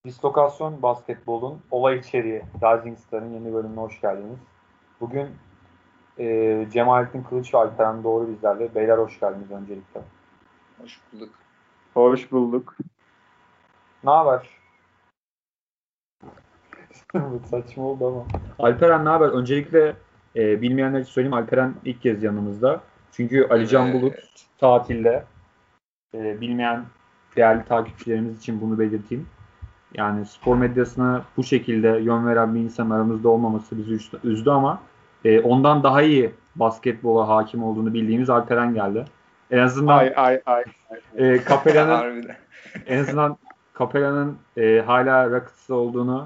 Dislokasyon Basketbol'un olay içeriği Rising Star'ın yeni bölümüne hoş geldiniz. Bugün Cemalettin Kılıç ve Alperen Doğru bizlerle. Beyler hoş geldiniz öncelikle. Hoş bulduk. Hoş bulduk. Ne haber? Saçma oldu ama. Alperen ne haber? Öncelikle bilmeyenler için söyleyeyim. Alperen ilk kez yanımızda. Çünkü Ali Can Bulut tatilde. Bilmeyen değerli takipçilerimiz için bunu belirteyim. Yani spor medyasına bu şekilde yön veren bir insan aramızda olmaması bizi üzdü ama ondan daha iyi basketbola hakim olduğunu bildiğimiz Alperen geldi. En azından Capella'nın en azından Capella'nın hala Rockets'ta olduğunu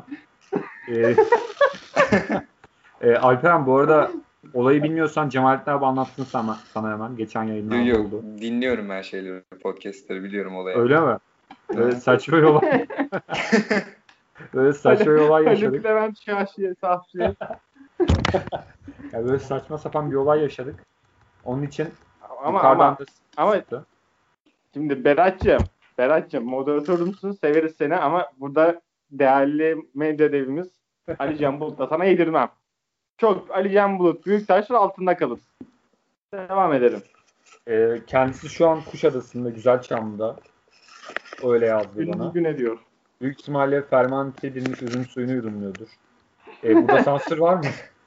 Alperen bu arada olayı bilmiyorsan Cemalettin abi anlatsın sana hemen. Geçen yayınlarda oldu. Dinliyorum her şeyleri, podcastları biliyorum olayı. Öyle mi? Böyle saçma yol. Böyle saçma olay yaşadık. Levent Şaşiye, Safşiye. Yani böyle saçma sapan bir olay yaşadık. Onun için ama şimdi Berat'cığım moderatörümsün, severiz seni ama burada değerli medya devimiz Ali Can Bulut'la sana yedirmem. Çok Ali Can Bulut büyük taşın altında kalır. Devam edelim. Kendisi şu an Kuşadası'nda, Güzelçam'da. Öyle yazdı bana. Gün ediyor. Büyük ihtimalle fermente edilmiş üzüm suyunu yudumluyordur. Burada sansür var mı?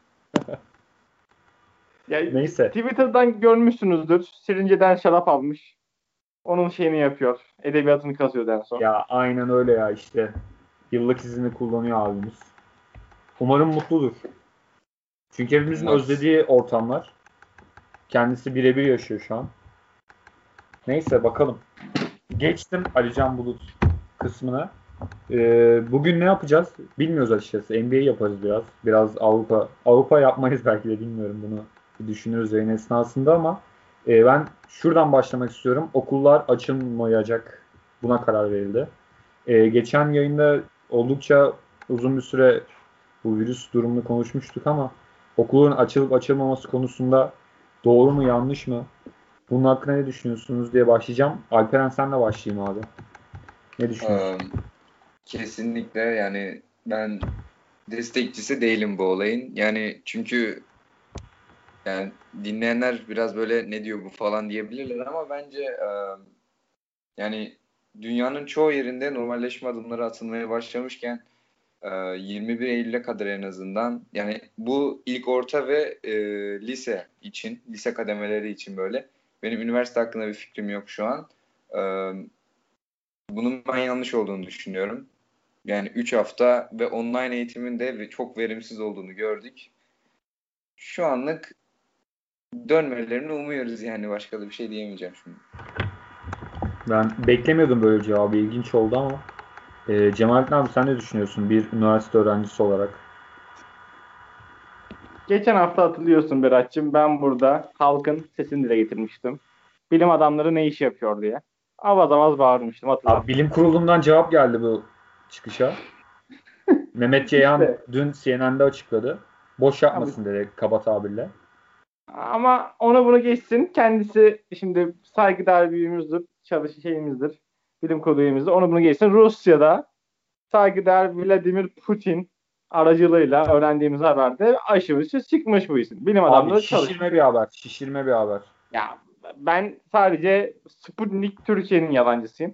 Neyse. Twitter'dan görmüşsünüzdür. Sirince'den şarap almış. Onun şeyini yapıyor. Edebiyatını kasıyor en son. Ya aynen öyle ya işte. Yıllık izini kullanıyor abimiz. Umarım mutludur. Çünkü hepimizin özlediği ortamlar. Kendisi birebir yaşıyor şu an. Neyse bakalım. Geçtim Ali Can Bulut kısmına. Bugün ne yapacağız? Bilmiyoruz açıkçası. NBA yaparız biraz. Biraz Avrupa yapmayız belki de bilmiyorum bunu. Düşünürüz yayın esnasında ama ben şuradan başlamak istiyorum. Okullar açılmayacak. Buna karar verildi. Geçen yayında oldukça uzun bir süre bu virüs durumunu konuşmuştuk ama okulun açılıp açılmaması konusunda doğru mu yanlış mı? Bunun hakkında ne düşünüyorsunuz diye başlayacağım. Alperen senle başlayayım abi. Ne düşünüyorsun? Kesinlikle yani ben destekçisi değilim bu olayın. Yani çünkü yani dinleyenler biraz böyle ne diyor bu falan diyebilirler ama bence yani dünyanın çoğu yerinde normalleşme adımları atılmaya başlamışken 21 Eylül'e kadar en azından yani bu ilk orta ve lise kademeleri için böyle. Benim üniversite hakkında bir fikrim yok şu an. Bunun ben yanlış olduğunu düşünüyorum. Yani 3 hafta ve online eğitimin de çok verimsiz olduğunu gördük. Şu anlık dönmelerini umuyoruz yani başka da bir şey diyemeyeceğim şimdi. Ben beklemiyordum böyle cevabı. İlginç oldu ama Cemalettin abi sen ne düşünüyorsun bir üniversite öğrencisi olarak? Geçen hafta hatırlıyorsun Berat'cığım, ben burada halkın sesini dile getirmiştim. Bilim adamları ne iş yapıyor diye. Avaz avaz bağırmıştım, hatırlarsın. Bilim kurulundan cevap geldi bu çıkışa. Mehmet Ceyhan dün CNN'de açıkladı. Boş yapmasın dedi kaba tabirle. Ama onu bunu geçsin. Kendisi şimdi saygıdeğer büyüğümüzdür, şeyimizdir, bilim kurulu üyemizdir. Onu bunu geçsin. Rusya'da saygıdeğer Vladimir Putin aracılığıyla öğrendiğimiz haberde aşısı çıkmış bu isim. Bilim adamları şişirme bir haber. Ya ben sadece Sputnik Türkiye'nin yalancısıyım.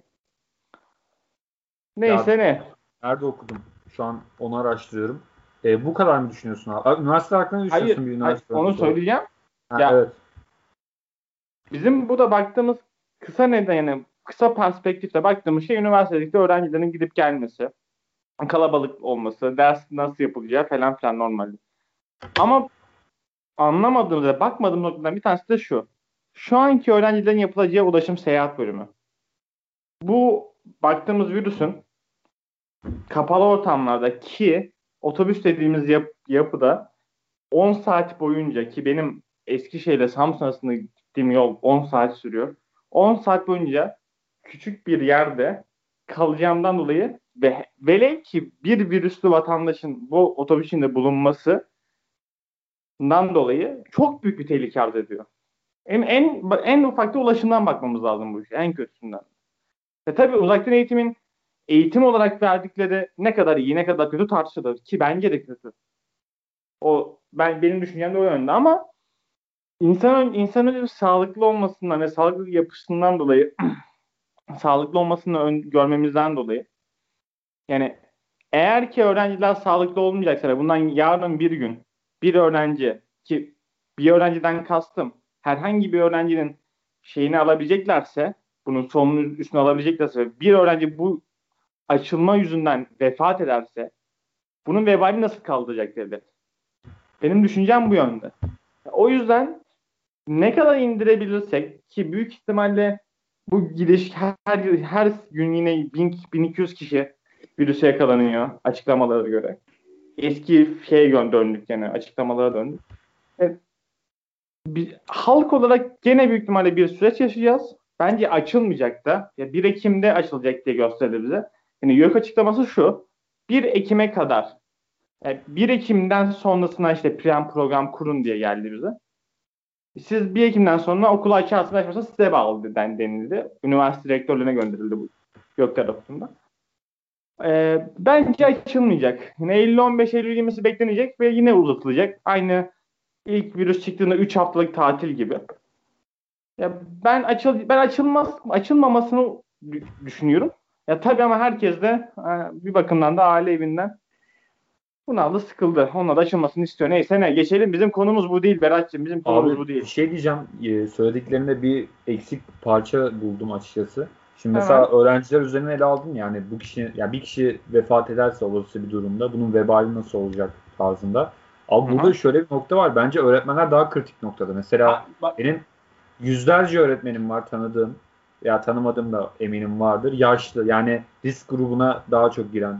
Neyse ya, ne? Nerede okudum? Şu an onu araştırıyorum. Bu kadar mı düşünüyorsun abi? Üniversite hakkında ne düşünüyorsun bir üniversite? Hayır, onu söyleyeceğim. Evet. Bizim bu da baktığımız kısa perspektifte baktığımız şey üniversitedeki öğrencilerin gidip gelmesi, kalabalık olması, ders nasıl yapılacağı falan filan normal. Ama anlamadığımız ve bakmadığımız noktadan bir tanesi de şu. Şu anki öğrencilerin yapılacağı ulaşım seyahat bölümü. Bu baktığımız virüsün kapalı ortamlarda ki otobüs dediğimiz yapıda 10 saat boyunca, ki benim Eskişehir'le Samsun arasında gittiğim yol 10 saat sürüyor. 10 saat boyunca küçük bir yerde kalacağımdan dolayı ve velev ki bir virüslü vatandaşın bu otobüs içinde bulunmasından dolayı çok büyük bir tehlike arz ediyor. En ufakta ulaşımdan bakmamız lazım bu işe, en kötüsünden. Tabii uzaktan eğitimin eğitim olarak verdikleri ne kadar iyi ne kadar kötü tartışılır ki bence de kötü. Benim düşüncem de o yönde ama insanın sağlıklı olmasından ve sağlıklı yapısından dolayı sağlıklı olmasını görmemizden dolayı yani eğer ki öğrenciler sağlıklı olmayacaksa ve bundan yarın bir gün bir öğrenci ki bir öğrenciden kastım herhangi bir öğrencinin şeyini alabileceklerse bunun sorumluluğunu üstüne alabileceklerse ve bir öğrenci bu açılma yüzünden vefat ederse bunun vebalini nasıl kaldıracak devlet? Benim düşüncem bu yönde. O yüzden ne kadar indirebilirsek ki büyük ihtimalle bu gidiş her gün yine 1200 kişi virüse yakalanıyor açıklamalara göre. Eski döndük yani açıklamalara döndük. Evet, halk olarak gene büyük ihtimalle bir süreç yaşayacağız. Bence açılmayacak da. Ya 1 Ekim'de açılacak diye gösterdi bize. Yani YÖK açıklaması şu. 1 Ekim'e kadar. Yani 1 Ekim'den sonrasına işte program kurun diye geldi bize. Siz 1 Ekim'den sonra okulu açarsınız açmazsanız size bağlı denildi. Üniversite rektörlüğüne gönderildi bu YÖK tarafından. Bence açılmayacak. Yine Eylül 20'si beklenecek ve yine uzatılacak. Aynı ilk virüs çıktığında 3 haftalık tatil gibi. Ya ben açılmamasını düşünüyorum. Ya tabii ama herkes de bir bakımdan da aile evinden bunaldı, sıkıldı. Onunla da açılmasını istiyor. Neyse ne geçelim. Bizim konumuz bu değil Berat'cığım. Bizim konumuz Abi bu değil. bir şey diyeceğim. Söylediklerinde bir eksik parça buldum açıkçası. Şimdi Hemen. mesela öğrenciler üzerine ele aldın yani bir kişi vefat ederse olası bir durumda bunun vebali nasıl olacak tarzında. Abi burada şöyle bir nokta var. Bence öğretmenler daha kritik noktada. Mesela benim yüzlerce öğretmenim var tanıdığım ya tanımadığım da eminim vardır. Yaşlı yani risk grubuna daha çok giren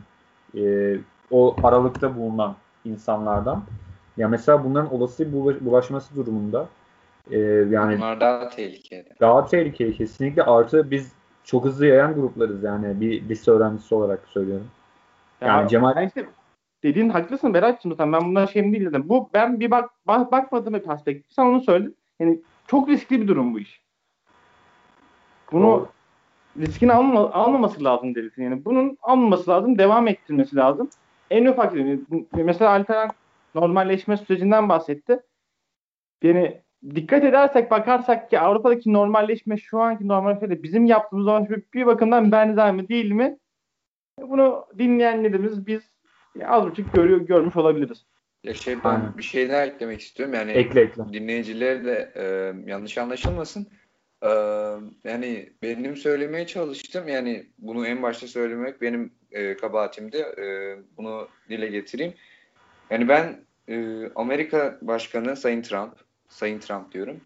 o aralıkta bulunan insanlardan. Ya mesela bunların olası bulaşması durumunda yani Bunlar daha tehlikeli. daha tehlikeli kesinlikle artı biz çok hızlı yayan gruplarız yani bir lise öğrencisi olarak söylüyorum. Yani Cemal işte dediğin haklısın Berat'cığım. Ben bundan şeyim değil dedim. Ben bir bakmadığım bir perspektif. Sen onu söyledin. Yani çok riskli bir durum bu iş. Bunu riskini almaması lazım devletin. Yani bunun almaması lazım, devam ettirmesi lazım. En ufak mesela Alperen normalleşme sürecinden bahsetti. Yani dikkat edersek bakarsak ki Avrupa'daki normalleşme şu anki normalleşme bizim yaptığımız zaman bir bakımdan benzer mi değil mi? Bunu dinleyenlerimiz biz az buçuk görmüş olabiliriz. Ya ben bir şey daha eklemek istiyorum. Yani ekle. Dinleyiciler de yanlış anlaşılmasın. Yani benim söylemeye çalıştım. Yani bunu en başta söylemek benim kabahatimdi. Bunu dile getireyim. Yani ben Amerika Başkanı Sayın Trump diyorum.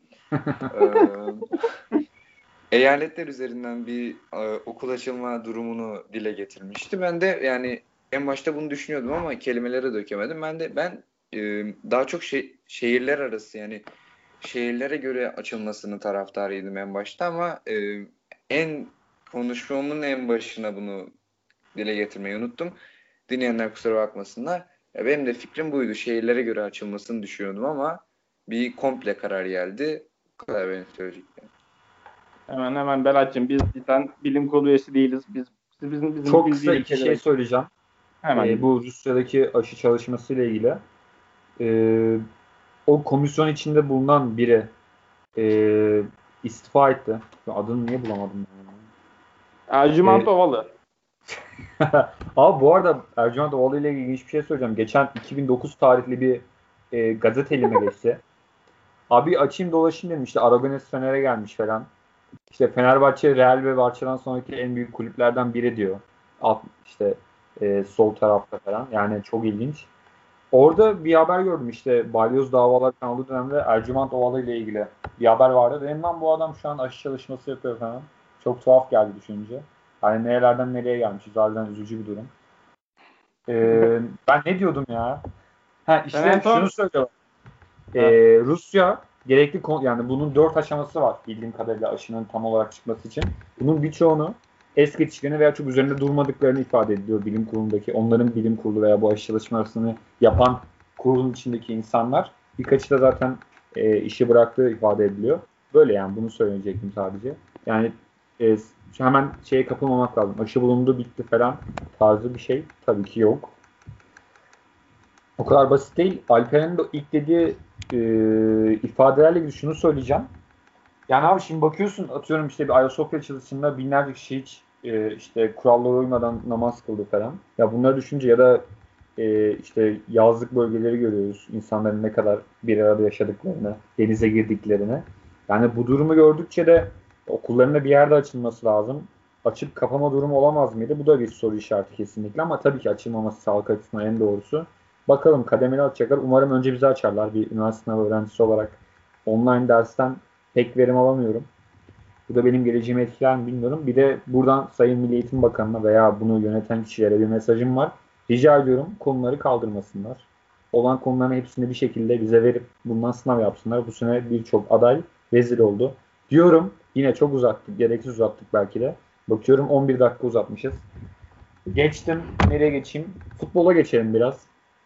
Eyaletler üzerinden bir okul açılma durumunu dile getirmişti. Ben de yani en başta bunu düşünüyordum ama kelimelere dökemedim. Ben daha çok şehirler arası yani şehirlere göre açılmasını taraftarıydım en başta ama konuşmamın en başına bunu dile getirmeyi unuttum. Dinleyenler kusura bakmasınlar. Ya benim de fikrim buydu. Şehirlere göre açılmasını düşünüyordum ama bir komple karar geldi. Bu kadar benim söyleyeceklerim. Hemen Berat'cığım biz bilim kurulu üyesi değiliz. Bizim çok kısa iki şey söyleyeceğim. Hemen. Bu Rusya'daki aşı çalışmasıyla ilgili. O komisyon içinde bulunan biri istifa etti. Adını niye bulamadım? Ercüment Ovalı. Abi bu arada Ercüment Ovalı ile ilgili hiçbir şey söyleyeceğim. Geçen 2009 tarihli bir gazete elime geçti. Abi açayım dolaşayım dedim. İşte Aragones Fener'e gelmiş falan. İşte Fenerbahçe, Real ve Barça'dan sonraki en büyük kulüplerden biri diyor. İşte sol tarafta falan. Yani çok ilginç. Orada bir haber gördüm işte balyoz davalar olduğu dönemde Ercüment Ovalı ile ilgili bir haber vardı. Dedim ben bu adam şu an aşı çalışması yapıyor falan. Çok tuhaf geldi düşününce. Hani nerelerden nereye gelmişiz. Harbiden üzücü bir durum. Ben ne diyordum ya? İşte şunu söylüyorum. Rusya gerekli yani bunun 4 aşaması var bildiğim kadarıyla aşının tam olarak çıkması için. Bunun birçoğunu es geçtiklerini veya çok üzerinde durmadıklarını ifade ediyor bilim kurulundaki. Onların bilim kurulu veya bu aşı çalışmasını yapan kurulun içindeki insanlar. Birkaçı da zaten işi bıraktığı ifade ediliyor. Böyle yani bunu söyleyecektim sadece. Yani hemen şeye kapılmamak lazım. Aşı bulundu bitti falan tarzı bir şey tabii ki yok. O kadar basit değil. Alperen'in de ilk dediği ifadelerle ilgili şunu söyleyeceğim. Yani abi şimdi bakıyorsun atıyorum işte bir Ayasofya açılışında binlerce kişi hiç işte kurallara uymadan namaz kıldı falan. Ya bunları düşünce ya da işte yazlık bölgeleri görüyoruz. İnsanların ne kadar bir arada yaşadıklarını, denize girdiklerini. Yani bu durumu gördükçe de okullarında bir yerde açılması lazım. Açıp kapama durumu olamaz mıydı? Bu da bir soru işareti kesinlikle ama tabii ki açılmaması sağlık açısından en doğrusu. Bakalım kademeli açacaklar. Umarım önce bizi açarlar. Bir üniversite sınavı öğrencisi olarak online dersten pek verim alamıyorum. Bu da benim geleceğimi etkiler mi bilmiyorum. Bir de buradan Sayın Milli Eğitim Bakanı'na veya bunu yöneten kişilere bir mesajım var. Rica ediyorum konuları kaldırmasınlar. Olan konuların hepsini bir şekilde bize verip bundan sınav yapsınlar. Bu sene birçok aday rezil oldu. Diyorum yine çok uzattık. Gereksiz uzattık belki de. Bakıyorum 11 dakika uzatmışız. Geçtim. Nereye geçeyim? Futbola geçelim biraz.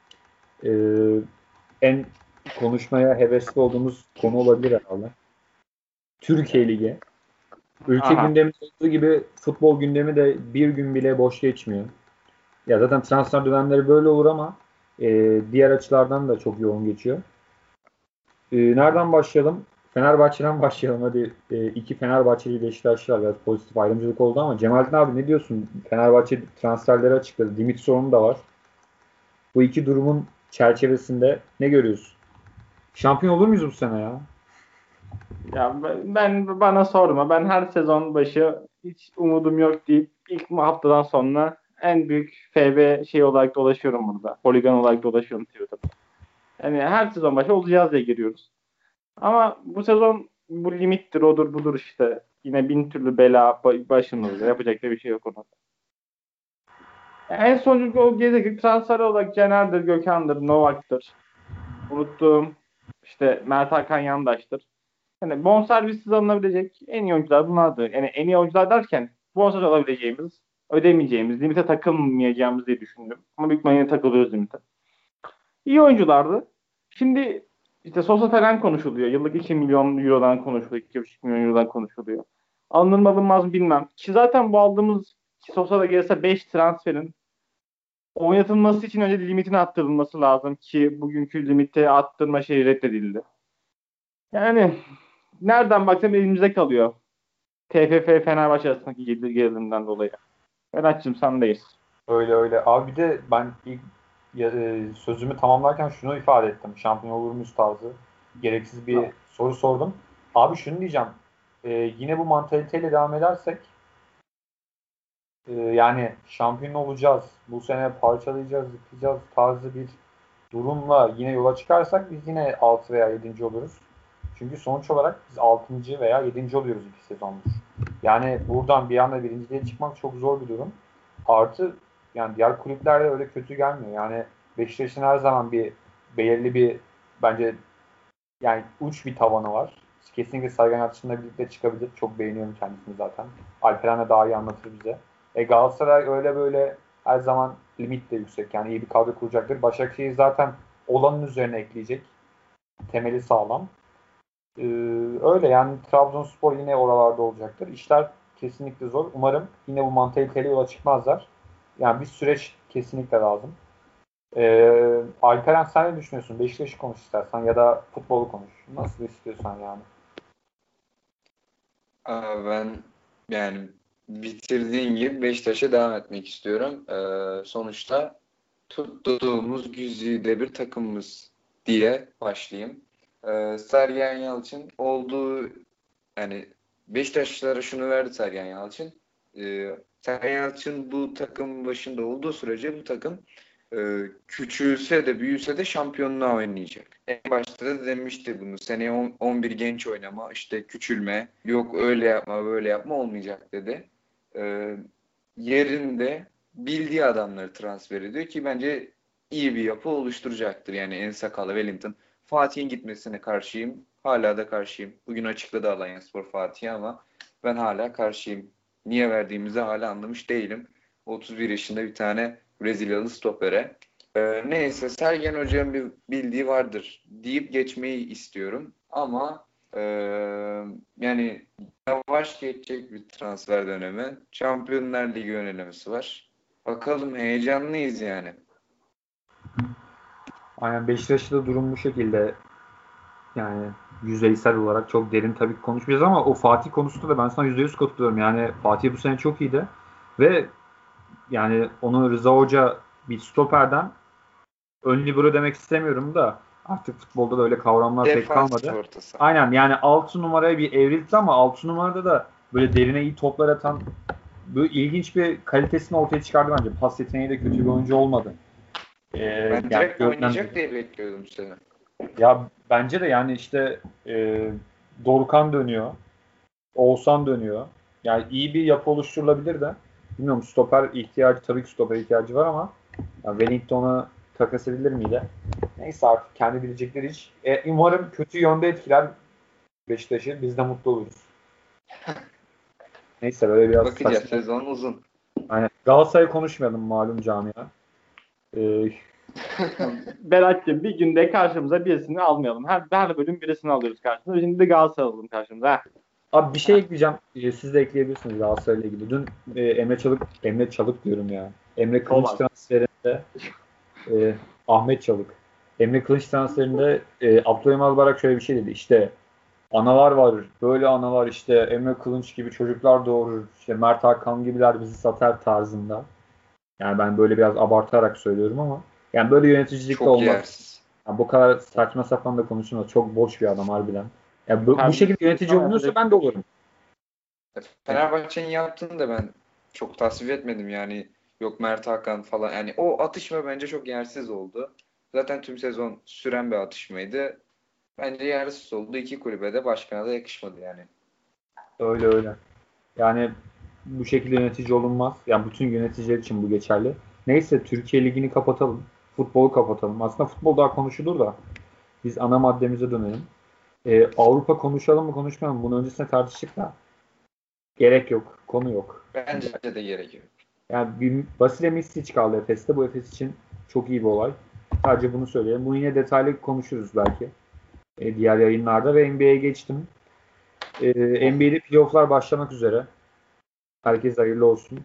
En konuşmaya hevesli olduğumuz konu olabilir herhalde. Türkiye Ligi. Ülke Aha. gündemi olduğu gibi futbol gündemi de bir gün bile boş geçmiyor. Ya zaten transfer dönemleri böyle olur ama diğer açılardan da çok yoğun geçiyor. Nereden başlayalım? Fenerbahçe'den başlayalım. Hadi iki Fenerbahçeli Beşiktaşlılar biraz pozitif ayrımcılık oldu ama Cemalettin abi ne diyorsun? Fenerbahçe transferleri açıkladı. Limit sorunu da var. Bu iki durumun çerçevesinde ne görüyorsun? Şampiyon olur muyuz bu sene ya? Ya ben bana sorma. Ben her sezon başı hiç umudum yok deyip ilk haftadan sonra en büyük FB şey olarak dolaşıyorum burada. Holigan olarak dolaşıyorum Twitter'da. Yani her sezon başı olacağız diye giriyoruz. Ama bu sezon bu limittir, odur budur işte. Yine bin türlü bela başımızda. Yapacak da bir şey yok ona. En sonuncu o gelecek transfer olarak Caner'dir, Gökhan'dır, Novak'tır. Unuttuğum işte Mert Hakan Yandaş'tır. Yani bonservissiz alınabilecek en iyi oyuncular bunlardır. Yani en iyi oyuncular derken bonservis alabileceğimiz, ödemeyeceğimiz, limite takılmayacağımız diye düşündüm. Ama büyük ihtimalle yine takılıyoruz limite. İyi oyunculardı. Şimdi işte Sosa falan konuşuluyor. Yıllık 2 milyon eurodan konuşuluyor. 2,5 milyon eurodan konuşuluyor. Alınır mı alınmaz mı bilmem. Ki zaten bu aldığımız Sosa da gelse 5 transferin oynatılması için önce limitin arttırılması lazım ki bugünkü limite arttırma şeyi reddedildi. Yani nereden baksam elimizde kalıyor. TFF Fenerbahçe arasındaki gerilimden dolayı. Berat'cığım sendeyiz. Öyle öyle. Abi bir de ben ilk sözümü tamamlarken şunu ifade ettim. Şampiyon olur muyuz tarzı. Gereksiz bir soru sordum. Abi şunu diyeceğim. Yine bu mantaliteyle devam edersek yani şampiyon olacağız. Bu sene parçalayacağız, yıkacağız tarzı bir durumla yine yola çıkarsak biz yine 6 veya 7. oluruz. Çünkü sonuç olarak biz 6. veya 7. oluyoruz 2 sezondur. Yani buradan bir anda birinciliğe çıkmak çok zor bir durum. Artı yani diğer kulüplerde öyle kötü gelmiyor. Yani Beşiktaş'ın her zaman bir belirli bir bence yani uç bir tavanı var. Kesinlikle Sergen Yalçın'la birlikte çıkabilir. Çok beğeniyorum kendisini zaten. Alperen de daha iyi anlatır bize. Galatasaray öyle böyle her zaman limit de yüksek. Yani iyi bir kadro kuracaktır. Başakşehir zaten olanın üzerine ekleyecek. Temeli sağlam. Öyle yani Trabzonspor yine oralarda olacaktır. İşler kesinlikle zor. Umarım yine bu mantaliteyle yola çıkmazlar. Yani bir süreç kesinlikle lazım. Alperen sen ne düşünüyorsun? Beşiktaş'ı konuş istersen ya da futbolu konuş. Nasıl istiyorsan yani. Ben yani bitirdiğin gibi Beşiktaş'a devam etmek istiyorum. Sonuçta tuttuğumuz güzide bir takımımız diye başlayayım. Sergen Yalçın olduğu yani Beşiktaşlılara şunu verdi Sergen Yalçın. Sergen Yalçın bu takım başında olduğu sürece bu takım küçülse de büyüse de şampiyonluğa oynayacak. En başta da demişti bunu. Seneye 11 genç oynama, işte küçülme, yok öyle yapma, böyle yapma olmayacak dedi. Yerinde bildiği adamları transfer ediyor ki bence iyi bir yapı oluşturacaktır. Yani En Sakal, Wellington. Fatih'in gitmesine karşıyım. Hala da karşıyım. Bugün açıkladı Alanyaspor Fatih'i ama ben hala karşıyım. Niye verdiğimizi hala anlamış değilim. 31 yaşında bir tane Brezilyalı stopere. Neyse Sergen Hoca'nın bir bildiği vardır deyip geçmeyi istiyorum. Ama Yani yavaş geçecek bir transfer dönemi. Şampiyonlar Ligi yönelimisi var. Bakalım, heyecanlıyız yani. Aynen, Beşiktaş'ta da durum bu şekilde. Yani yüzeysel olarak çok derin tabii ki konuşmayacağız ama o Fatih konusunda da ben sana %100 katılıyorum. Yani Fatih bu sene çok iyiydi ve yani onu Rıza Hoca bir stoperden ön libero demek istemiyorum da artık futbolda da öyle kavramlar pek Defans kalmadı. ortası. Aynen, yani 6 numaraya bir evrildi ama 6 numarada da böyle derine iyi toplar atan böyle ilginç bir kalitesini ortaya çıkardı bence. Pas yeteneği de kötü bir oyuncu olmadı. Ben Yani direkt görünen oynayacak diye bekliyordum seni. ya bence de yani işte Dorukhan dönüyor. Oğuzhan dönüyor. Yani iyi bir yapı oluşturulabilir de. Bilmiyorum, stoper ihtiyacı, tabii ki stoper ihtiyacı var ama yani Wellington'a takas edilir miydi? Neyse, artık kendi bilecekleri iş. Umarım kötü yönde etkiler Beşiktaş'ı. Biz de mutlu oluruz. Neyse, böyle biraz Bakacağız, saçma. sezon uzun. Aynen. Galatasaray'ı konuşmayalım, malum camia. Ee, Berat'cığım, bir günde karşımıza birisini almayalım. Her bölüm birisini alıyoruz karşımıza. Şimdi de Galatasaray alalım karşımıza. Heh. Abi bir şey ekleyeceğim. Siz de ekleyebilirsiniz Galatasaray'la ilgili. Dün Emre Çalık diyorum ya. Emre Kılınç Kolay. transferinde e, Ahmet Çalık. Emre Kılınç transferinde Abdülhamid Albayrak şöyle bir şey dedi. İşte analar var, böyle analar, işte Emre Kılınç gibi çocuklar doğurur, işte Mert Hakan gibiler bizi satar tarzında. Yani ben böyle biraz abartarak söylüyorum ama yani böyle yöneticilik de Çok olmaz. yersiz. Yani bu kadar saçma sapan da konuşulmaz. Çok boş bir adam harbiden. Ya bu şekilde Terbiyesiz yönetici ama olunursa yapacak ben bir de şey yok. olurum. Fenerbahçe'nin yaptığını da ben çok tasvip etmedim yani. Yok Mert Hakan falan. Yani o atışma bence çok yersiz oldu. Zaten tüm sezon süren bir atışmaydı. Bence yersiz oldu. İki kulübe de, başkana da yakışmadı yani. Öyle öyle. Yani bu şekilde yönetici olunmaz. Yani bütün yöneticiler için bu geçerli. Neyse, Türkiye Ligi'ni kapatalım. Futbolu kapatalım. Aslında futbol daha konuşulur da biz ana maddemize dönelim. Avrupa konuşalım mı konuşmayalım mı? Bunun öncesinde tartıştık da gerek yok. Konu yok. Bence de gerekiyor. Yani bir Vasile Misic kaldı Efes'te. Bu Efes için çok iyi bir olay. Sadece bunu söyleyeyim. Bunu yine detaylı konuşuruz belki. Diğer yayınlarda ve NBA'ye geçtim. Oh, NBA'de playoff'lar başlamak üzere. Herkes hayırlı olsun.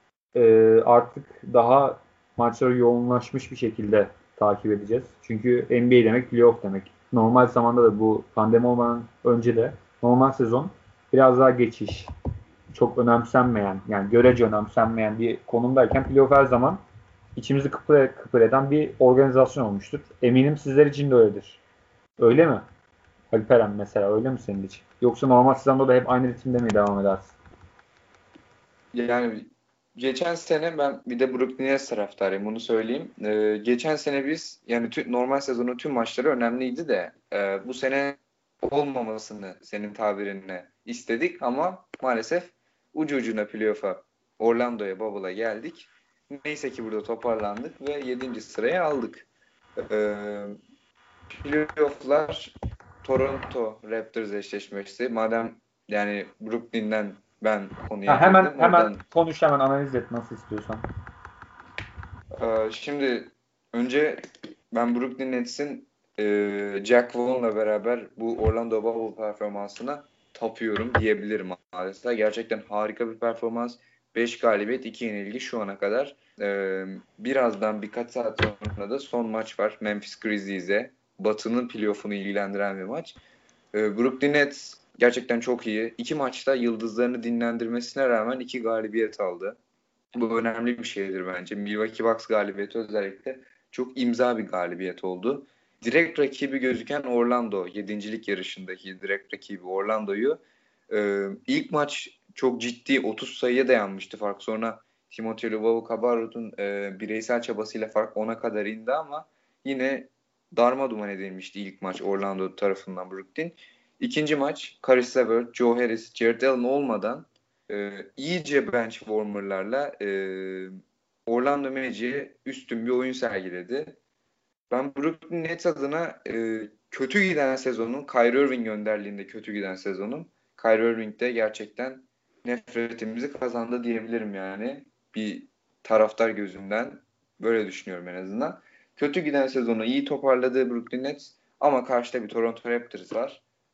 Artık daha maçları yoğunlaşmış bir şekilde takip edeceğiz. Çünkü NBA demek playoff demek. Normal zamanda da, bu pandemi olmadan önce de normal sezon biraz daha geçiş. Çok önemsenmeyen, yani görece önemsenmeyen bir konumdayken playoff her zaman içimizi kıpır eden bir organizasyon olmuştur. Eminim sizler için de öyledir. Öyle mi? Alperen mesela, öyle mi senin için? Yoksa normal sezonda da hep aynı ritimde mi devam edersin? yani geçen sene ben bir de Brooklyn Nets taraftarıyım, bunu söyleyeyim. Geçen sene biz yani normal sezonun tüm maçları önemliydi de bu sene olmamasını, senin tabirinle, istedik ama maalesef ucu ucuna playoff'a, Orlando'ya, Bubble'a geldik. Neyse ki burada toparlandık ve 7. sıraya aldık. Ee, Playoff'lar Toronto Raptors eşleşmesi. Madem yani Brooklyn'den ben konuya Ha, hemen girdim. hemen Oradan konuş, hemen analiz et nasıl istiyorsan. şimdi önce ben Brooklyn Nets'in Jack Vaughn'la beraber bu Orlando Bubble performansına tapıyorum diyebilirim maalesef. Gerçekten harika bir performans. 5 galibiyet, 2 yenilgi şu ana kadar. Birazdan birkaç saat sonra da son maç var. Memphis Grizzlies'e. Batı'nın playoff'unu ilgilendiren bir maç. Brooklyn Nets gerçekten çok iyi. 2 maçta yıldızlarını dinlendirmesine rağmen 2 galibiyet aldı. Bu önemli bir şeydir bence. Milwaukee Bucks galibiyeti özellikle çok imza bir galibiyet oldu. Direkt rakibi gözüken Orlando, yedincilik yarışındaki direkt rakibi Orlando'yu ilk maç çok ciddi 30 sayıya dayanmıştı fark. Sonra Timothy Luwawu-Cabarrot'un bireysel çabasıyla fark 10'a kadar indi ama yine darma duman edilmişti ilk maç Orlando tarafından Brooklyn. İkinci maç Caris LeVert, Joe Harris, Jared Allen olmadan iyice bench warmer'larla Orlando Magic'e üstün bir oyun sergiledi. Ben Brooklyn Nets adına kötü giden sezonun, Kyrie Irving önderliğinde kötü giden sezonun, Kyrie Irving de gerçekten nefretimizi kazandı diyebilirim yani. Bir taraftar gözünden böyle düşünüyorum en azından. Kötü giden sezonu iyi toparladı Brooklyn Nets ama karşıda bir Toronto Raptors var.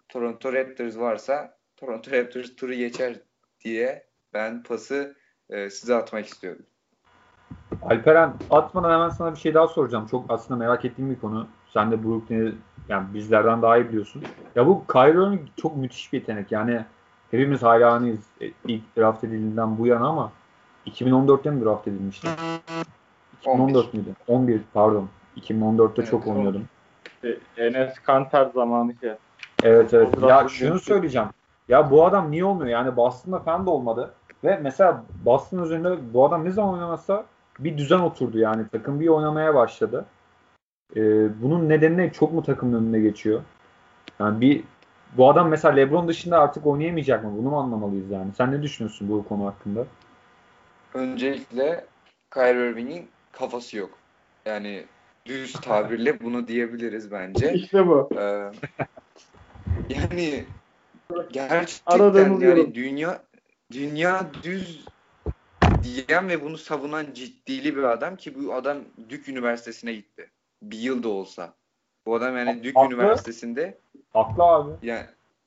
Toronto Raptors varsa Toronto Raptors turu geçer diye ben pası size atmak istiyorum. Alperen, atmadan hemen sana bir şey daha soracağım. Çok aslında merak ettiğim bir konu. Sen de Brooklyn'i yani bizlerden daha iyi biliyorsun. Ya bu Kyrie Irving çok müthiş bir yetenek. Yani hepimiz hayranıyız ilk draft edildiğinden bu yana ama 2014'te mi draft edilmişti? 2014 müydü? 11 pardon. 2014'te Evet, çok oynuyordum. Enes Kanter zamanı şey. Evet. O Ya draft şunu edilmiş. söyleyeceğim. Ya bu adam niye olmuyor? Yani Boston'da falan da olmadı. Ve mesela Boston üzerinde bu adam ne zaman oynamasa bir düzen oturdu yani. Takım bir oynamaya başladı. Bunun nedeni ne? Çok mu takımın önüne geçiyor? Yani bu adam mesela LeBron dışında artık oynayamayacak mı? Bunu mu anlamalıyız yani? Sen ne düşünüyorsun bu konu hakkında? Öncelikle Kyrie Irving'in kafası yok. Yani düz tabirle bunu diyebiliriz bence. İşte bu. Ee, yani gerçekten Aradığımız yani yorum. dünya düz diyen ve bunu savunan ciddili bir adam ki bu adam Duke Üniversitesi'ne gitti. Bir yıl da olsa. Bu adam yani Duke Haklı. Üniversitesi'nde Haklı abi. yani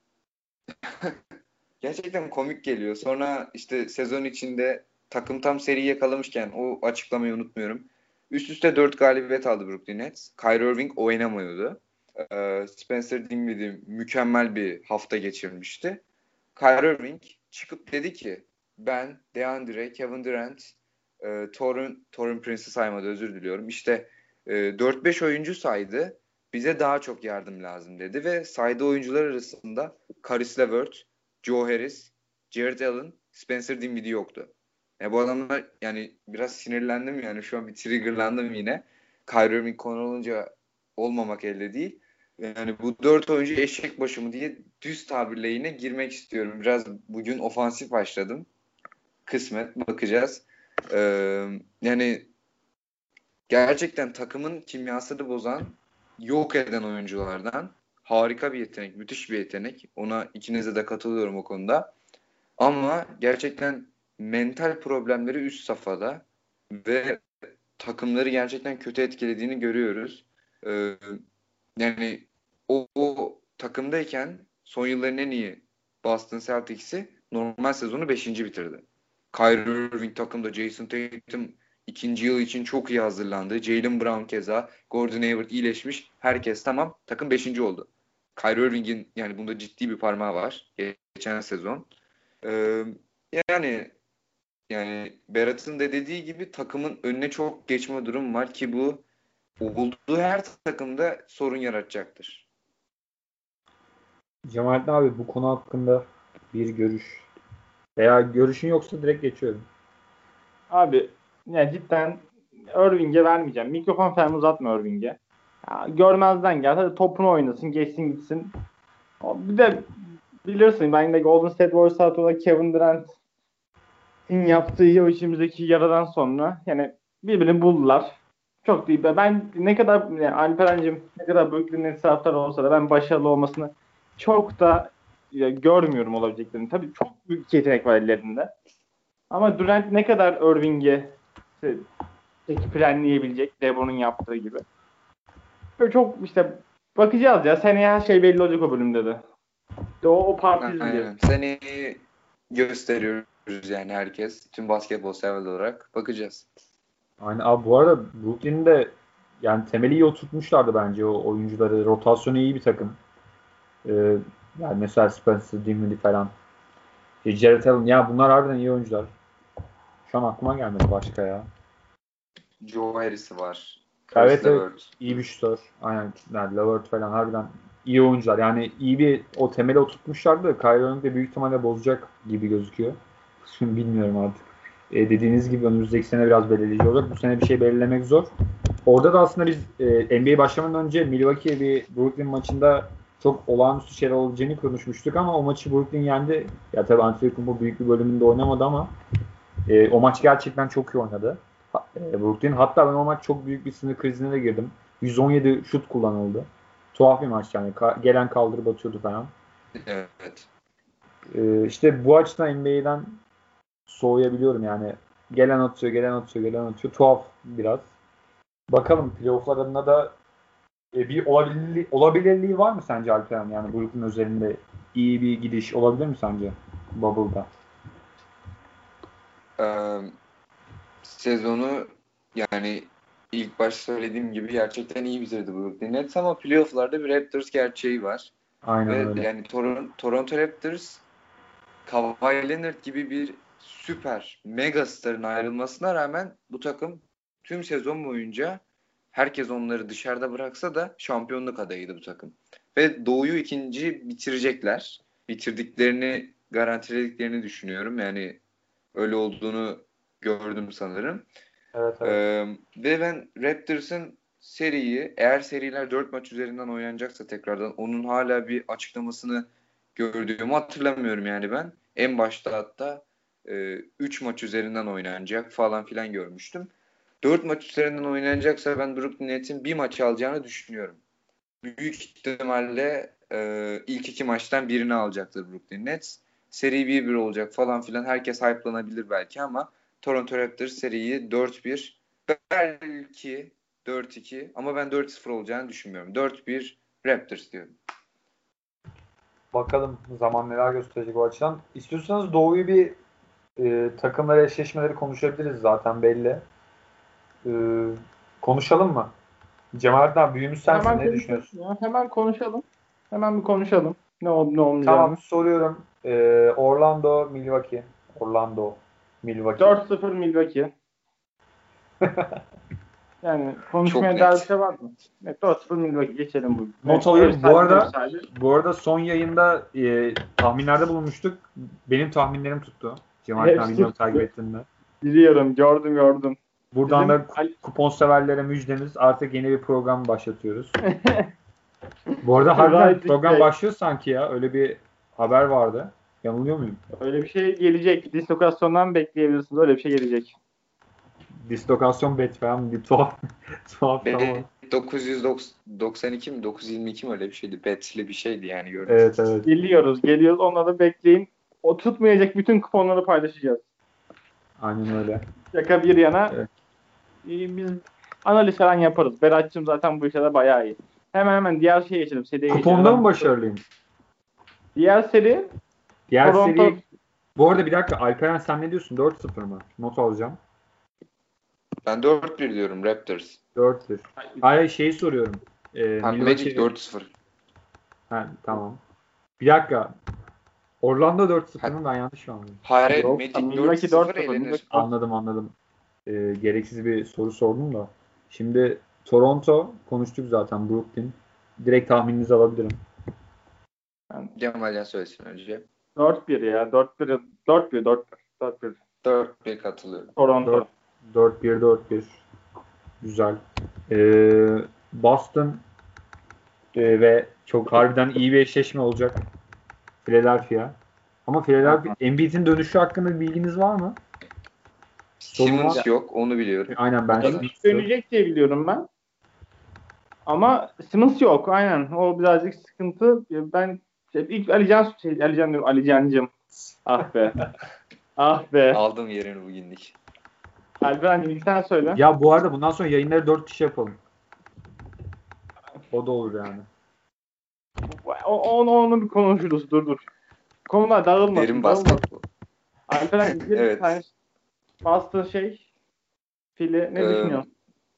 gerçekten komik geliyor. Sonra işte sezon içinde takım tam seri yakalamışken o açıklamayı unutmuyorum. Üst üste 4 galibiyet aldı Brooklyn Nets. Kyrie Irving oynamıyordu. Spencer Dinwiddie mükemmel bir hafta geçirmişti. Kyrie Irving çıkıp dedi ki ben DeAndre, Kevin Durant, Taurean Prince'i saymadı özür diliyorum. İşte 4-5 oyuncu saydı. Bize daha çok yardım lazım dedi ve saydığı oyuncular arasında Caris LeVert, Joe Harris, Jared Allen, Spencer Dinwiddie yoktu. Bu adamlar yani biraz sinirlendim yani şu an bir triggerlandım yine. Kyrie Irving konu olunca olmamak elde değil. Yani bu 4 oyuncu eşek başı mı diye düz tabirle yine girmek istiyorum. Biraz bugün ofansif başladım. Kısmet bakacağız. Yani gerçekten takımın kimyasını bozan, yok eden oyunculardan harika bir yetenek, müthiş bir yetenek. Ona ikinize de katılıyorum o konuda. Ama gerçekten mental problemleri üst safhada ve takımları gerçekten kötü etkilediğini görüyoruz. Ee, yani o takımdayken son yılların en iyi Boston Celtics'i normal sezonu 5. bitirdi. Kyrie Irving takımda, Jason Tatum ikinci yıl için çok iyi hazırlandı. Jaylen Brown keza, Gordon Hayward iyileşmiş. Herkes tamam. Takım 5. oldu. Kyrie Irving'in yani bunda ciddi bir parmağı var. Geçen sezon. Ee, yani Berat'ın da dediği gibi takımın önüne çok geçme durum var ki bu olduğu her takımda sorun yaratacaktır. Cemalettin abi bu konu hakkında bir görüş veya görüşün yoksa direkt geçiyorum. Abi ya cidden Irving'e vermeyeceğim. Mikrofon falan uzatma Irving'e. Ya, görmezden gel. Hadi topunu oynasın. Geçsin gitsin. Bir de bilirsin ben de Golden State Warriors olarak Kevin Durant'in yaptığı o içimizdeki yaradan sonra yani birbirini buldular. Çok değil. Ben ne kadar yani Alperen'cim ne kadar Brooklyn Nets taraftarı olsa da ben başarılı olmasını çok da görmüyorum olabileceklerini. Tabii çok büyük yetenek var ellerinde. Ama Durant ne kadar Irving'e işte, planlayabilecek LeBron'un yaptığı gibi. Böyle çok işte bakacağız ya. Seneye her şey belli olacak o bölümde de. İşte o parti izleyeceğiz. Aynen. Seni gösteriyoruz yani herkes. Tüm basketbol sever olarak bakacağız. Aynen abi bu arada Brooklyn'de yani temeli iyi oturtmuşlardı bence o oyuncuları. Rotasyonu iyi bir takım. Ee, yani mesela Spencer Dinwiddie falan. Jared Allen. Ya bunlar harbiden iyi oyuncular. Şu an aklıma gelmedi başka ya. Joe Harris'i var. Caris Evet evet. LeVert. İyi bir şutör. Aynen. Yani Levert falan harbiden iyi oyuncular. Yani iyi bir o temeli oturtmuşlardı da Kyrie Irving de büyük ihtimalle bozacak gibi gözüküyor. Şimdi bilmiyorum artık. Dediğiniz gibi önümüzdeki sene biraz belirleyici olacak. Bu sene bir şey belirlemek zor. Orada da aslında biz NBA başlamadan önce Milwaukee'ye bir Brooklyn maçında çok olağanüstü şeyler olabileceğini konuşmuştuk ama o maçı Brooklyn yendi. Ya tabii Antetokounmpo büyük bir bölümünde oynamadı ama o maç gerçekten çok iyi oynadı. Brooklyn. Hatta ben o maç çok büyük bir sinir krizine de girdim. 117 şut kullanıldı. Tuhaf bir maç yani. Gelen kaldırıp atıyordu falan. Evet. İşte bu açıdan NBA'den soğuyabiliyorum yani. Gelen atıyor, gelen atıyor, gelen atıyor. Tuhaf biraz. Bakalım playoff'larında da Bir olabilirliği var mı sence Alperen? Yani Brooklyn özelinde iyi bir gidiş olabilir mi sence Bubble'da? Sezonu yani ilk başta söylediğim gibi gerçekten iyi bitirdi Brooklyn Nets ama playoff'larda bir Raptors gerçeği var. Aynen Ve öyle. yani Toronto Raptors Kawhi Leonard gibi bir süper mega starın ayrılmasına rağmen bu takım tüm sezon boyunca herkes onları dışarıda bıraksa da şampiyonluk adayıydı bu takım. Ve Doğu'yu ikinci bitirecekler. Bitirdiklerini garantilediklerini düşünüyorum. Yani öyle olduğunu gördüm sanırım. Evet. Ve ben Raptors'ın seriyi eğer seriler 4 maç üzerinden oynanacaksa tekrardan onun hala bir açıklamasını gördüğümü hatırlamıyorum yani ben. En başta hatta 3 maç üzerinden oynanacak falan filan görmüştüm. 4 maç üzerinden oynanacaksa ben Brooklyn Nets'in bir maç alacağını düşünüyorum. Büyük ihtimalle ilk 2 maçtan birini alacaktır Brooklyn Nets. Seri 1-1 olacak falan filan. Herkes hype'lanabilir belki ama Toronto Raptors seriyi 4-1 belki 4-2 ama ben 4-0 olacağını düşünmüyorum. 4-1 Raptors diyorum. Bakalım zaman neler gösterecek o açıdan. İstiyorsanız Doğu'yu bir takımları eşleşmeleri konuşabiliriz zaten belli. Konuşalım mı? Cemalettin abi büyüğümüz sensin. Hemen Ne konuşalım düşünüyorsun? ya. Hemen konuşalım. Hemen bir konuşalım. Ne olup ne Tamam olmayacağını. soruyorum. Orlando, Milwaukee. Orlando, Milwaukee. 4-0 Milwaukee. Yani konuşmaya Çok değer bir net. şey var mı? Evet, 4-0 Milwaukee geçelim bu. Not Evet, alıyorum. ev sahibi, ev sahibi. Bu arada son yayında tahminlerde bulunmuştuk. Benim tahminlerim tuttu. Cemalettin abi Hepsi bilmiyorum tuttu. takip ettin mi? Biliyorum, gördüm. Buradan Bizim da kupon severlere müjdemiz. Artık yeni bir program başlatıyoruz. Bu arada harbiden Right program Day. başlıyor sanki ya. Öyle bir haber vardı. Yanılıyor muyum? Öyle bir şey gelecek. Dislokasyondan bekleyebilirsiniz. Öyle bir şey gelecek. Dislokasyon bet falan bir tuhaf ama. 992 mi 922 mi öyle bir şeydi. Betli bir şeydi yani gördüm. Evet. Geliyoruz. Onları bekleyin. O tutmayacak bütün kuponları paylaşacağız. Aynen öyle. Şaka bir yana. Evet. Biz analiz falan yaparız. Berat'cığım zaten bu işlerde bayağı iyi. Hemen diğer şeye geçelim. Seriye Kuponda geçelim. mı başarılıyım? Diğer seri Diğer Toronto. seri. Bu arada bir dakika Alperen sen ne diyorsun? 4-0 mı? Not alacağım. Ben 4-1 diyorum Raptors. 4-1. Hayır şeyi soruyorum. Magic 4-0. Tamam. Bir dakika. Orlando 4-0 mı? Ben yanlış mı anladım? Hayır, Yok, Magic Milwaukee 4-0 4-0. elenir. Anladım. Gereksiz bir soru sordum da. Şimdi Toronto konuştuk zaten. Brooklyn. Direkt tahmininizi alabilirim. Cemal'den söylesin önce. 4-1 ya. 4-1. 4-1 katılıyorum. Toronto. 4-1. Güzel. Boston ve çok harbiden iyi bir eşleşme olacak. Philadelphia. Ama Philadelphia Embiid'in dönüşü hakkında bir bilginiz var mı? Simmons yok, onu biliyorum. Aynen ben Embiid dönecek diye biliyorum ben. Ama Simmons yok. Aynen. O birazcık sıkıntı. Ben ilk Ali Can'cığım. Ah be. Aldım yerini bugünlük. Alperen'cim ilk sen söyle. Ya bu arada bundan sonra yayınları 4 kişi yapalım. O da olur yani. Onu bir konuşuruz. Dur. Konular dağılmasın. Derin basketbol. Alperen Evet. Bir tane bastığın Fili ne düşünüyorsun?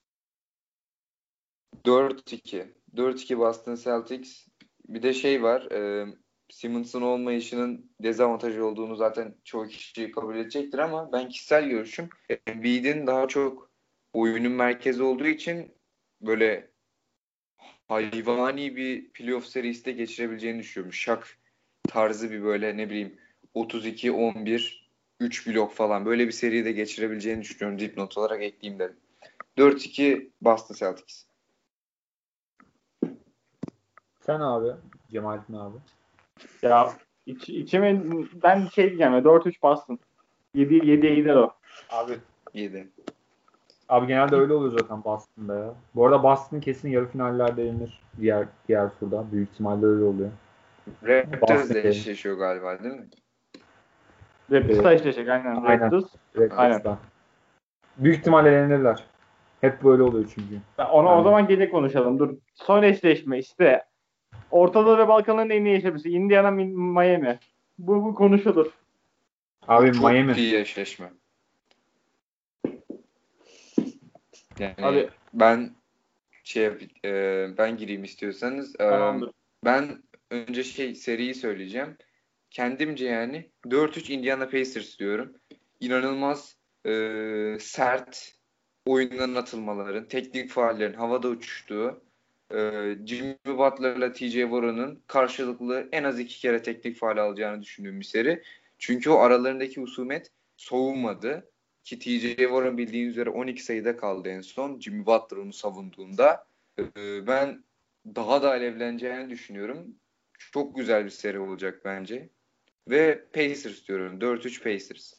4-2. 4-2 Boston Celtics. Bir de var. Simmons'ın olmayışının dezavantajı olduğunu zaten çoğu kişi kabul edecektir ama ben kişisel görüşüm Embiid'in daha çok oyunun merkezi olduğu için böyle hayvani bir playoff serisi de geçirebileceğini düşünüyorum. Shaq tarzı bir böyle ne bileyim 32-11 3 blok falan böyle bir seriyi de geçirebileceğini düşünüyorum. Dipnot olarak ekleyeyim dedim. 4-2 Boston Celtics. Sen abi. Cemalettin abi. Ya içime ben diyeceğim ya 4-3 Boston. 7'ye gider o. Abi 7. Abi genelde öyle oluyor zaten Boston'da ya. Bu arada Boston kesin yarı finallerde yenir. Diğer turda. Büyük ihtimalle öyle oluyor. Raptors de eşleşiyor galiba değil mi? Raptors'la eşleşecek aynen. Aynen. Raptors. Raptors'la. Büyük ihtimalle yenilirler. Hep böyle oluyor çünkü. Onu Yani. o zaman gece konuşalım. Dur. Son eşleşme işte. Orta Doğu ve Balkanların en iyi eşleşmesi. Indiana, Miami. Bu konuşulur. Abi Çok Miami. iyi eşleşme. Yani Abi, ben ben gireyim istiyorsanız. tamamdır. Ben önce seriyi söyleyeceğim. Kendimce yani 4-3 Indiana Pacers diyorum. İnanılmaz sert oyundan atılmaların, teknik faullerin havada uçuştuğu, Jimmy Butler'la TJ Warren'ın karşılıklı en az 2 kere teknik faul alacağını düşündüğüm bir seri. Çünkü o aralarındaki husumet soğumadı. Ki TJ Warren bildiğin üzere 12 sayıda kaldı en son. Jimmy Butler onu savunduğunda. Ben daha da alevleneceğini düşünüyorum. Çok güzel bir seri olacak bence. Ve Pacers diyorum. 4-3 Pacers.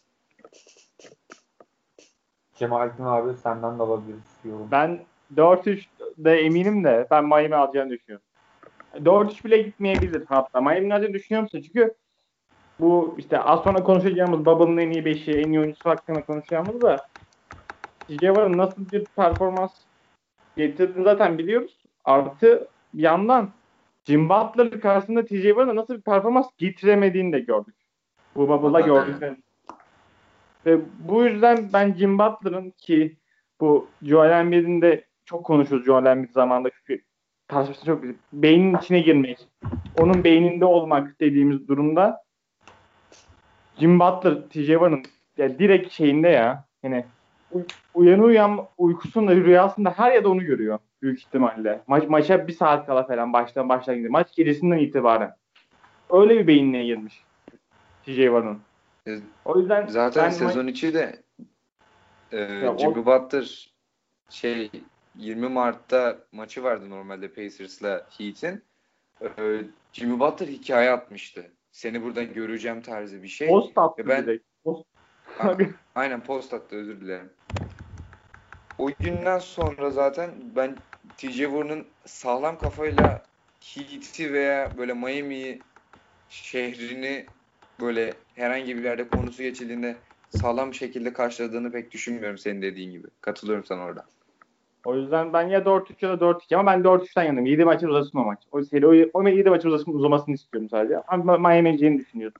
Cemalettin abi senden de alabiliriz yorum. Ben 4-3'de eminim de ben Miami alacağını düşünüyorum. 4-3 bile gitmeyebilir hatta. Miami'nin alacağını düşünüyor musun? Çünkü bu işte az sonra konuşacağımız Bubble'ın en iyi 5'i, en iyi oyuncusu hakkında konuşacağımız da TJ Warren nasıl bir performans getirdiğini zaten biliyoruz. Artı bir yandan Jim Butler karşısında TJ Warren'a nasıl bir performans getiremediğini de gördük. Bu Bubble'da gördük. Ve bu yüzden ben Jim Butler'ın ki bu Joel Embiid'in de çok konuşuyoruz Joel Embiid zamanında çünkü tartışması çok güzel. Beynin içine girmek, onun beyninde olmak dediğimiz durumda Jim Butler, TJ Warren ya direkt şeyinde ya yani uyan uykusunda rüyasında her yerde onu görüyor büyük ihtimalle. Maça bir saat kala falan baştan gidiyor. Maç gecesinden itibaren. Öyle bir beynine girmiş TJ Warren. O yüzden zaten sezon içi de Jimmy Butler 20 Mart'ta maçı vardı normalde Pacers'la Heat'in. Jimmy Butler hikaye atmıştı. Seni burada göreceğim tarzı bir şey. Post attı ben direkt. Aynen post attı, özür dilerim. O günden sonra zaten ben TJ Warren'ın sağlam kafayla Heat'i veya böyle Miami şehrini böyle herhangi bir yerde konusu geçildiğinde sağlam bir şekilde karşıladığını pek düşünmüyorum senin dediğin gibi. Katılıyorum sana orada. O yüzden ben ya 4-3 ya da 4-2 ama ben 4-3'ten yanım. 7 maçın uzasın o maç. O seri o 7 maçın uzamasını istiyorum sadece. Ama Miami yeneceğini düşünüyorum.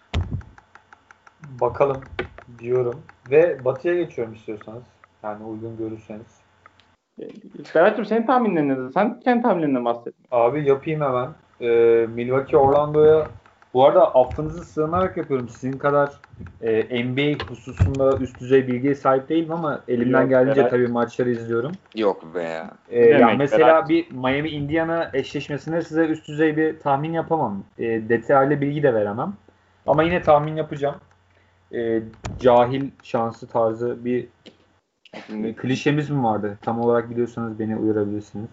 Bakalım diyorum. Ve Batı'ya geçiyorum istiyorsanız. Yani uygun görürseniz. Berat'cığım senin tahminlerin nedir? Sen kendi tahminlerinden bahset. Abi yapayım hemen. Milwaukee Orlando'ya bu arada affınızı sığınarak yapıyorum. Sizin kadar NBA hususunda üst düzey bilgiye sahip değilim ama elimden Yok, geldiğince Berat. tabii maçları izliyorum. Yok be ya. Yani mesela Berat? bir Miami Indiana eşleşmesinde size üst düzey bir tahmin yapamam. Detaylı bilgi de veremem. Ama yine tahmin yapacağım. Cahil şansı tarzı bir klişemiz mi vardı? Tam olarak biliyorsanız beni uyarabilirsiniz.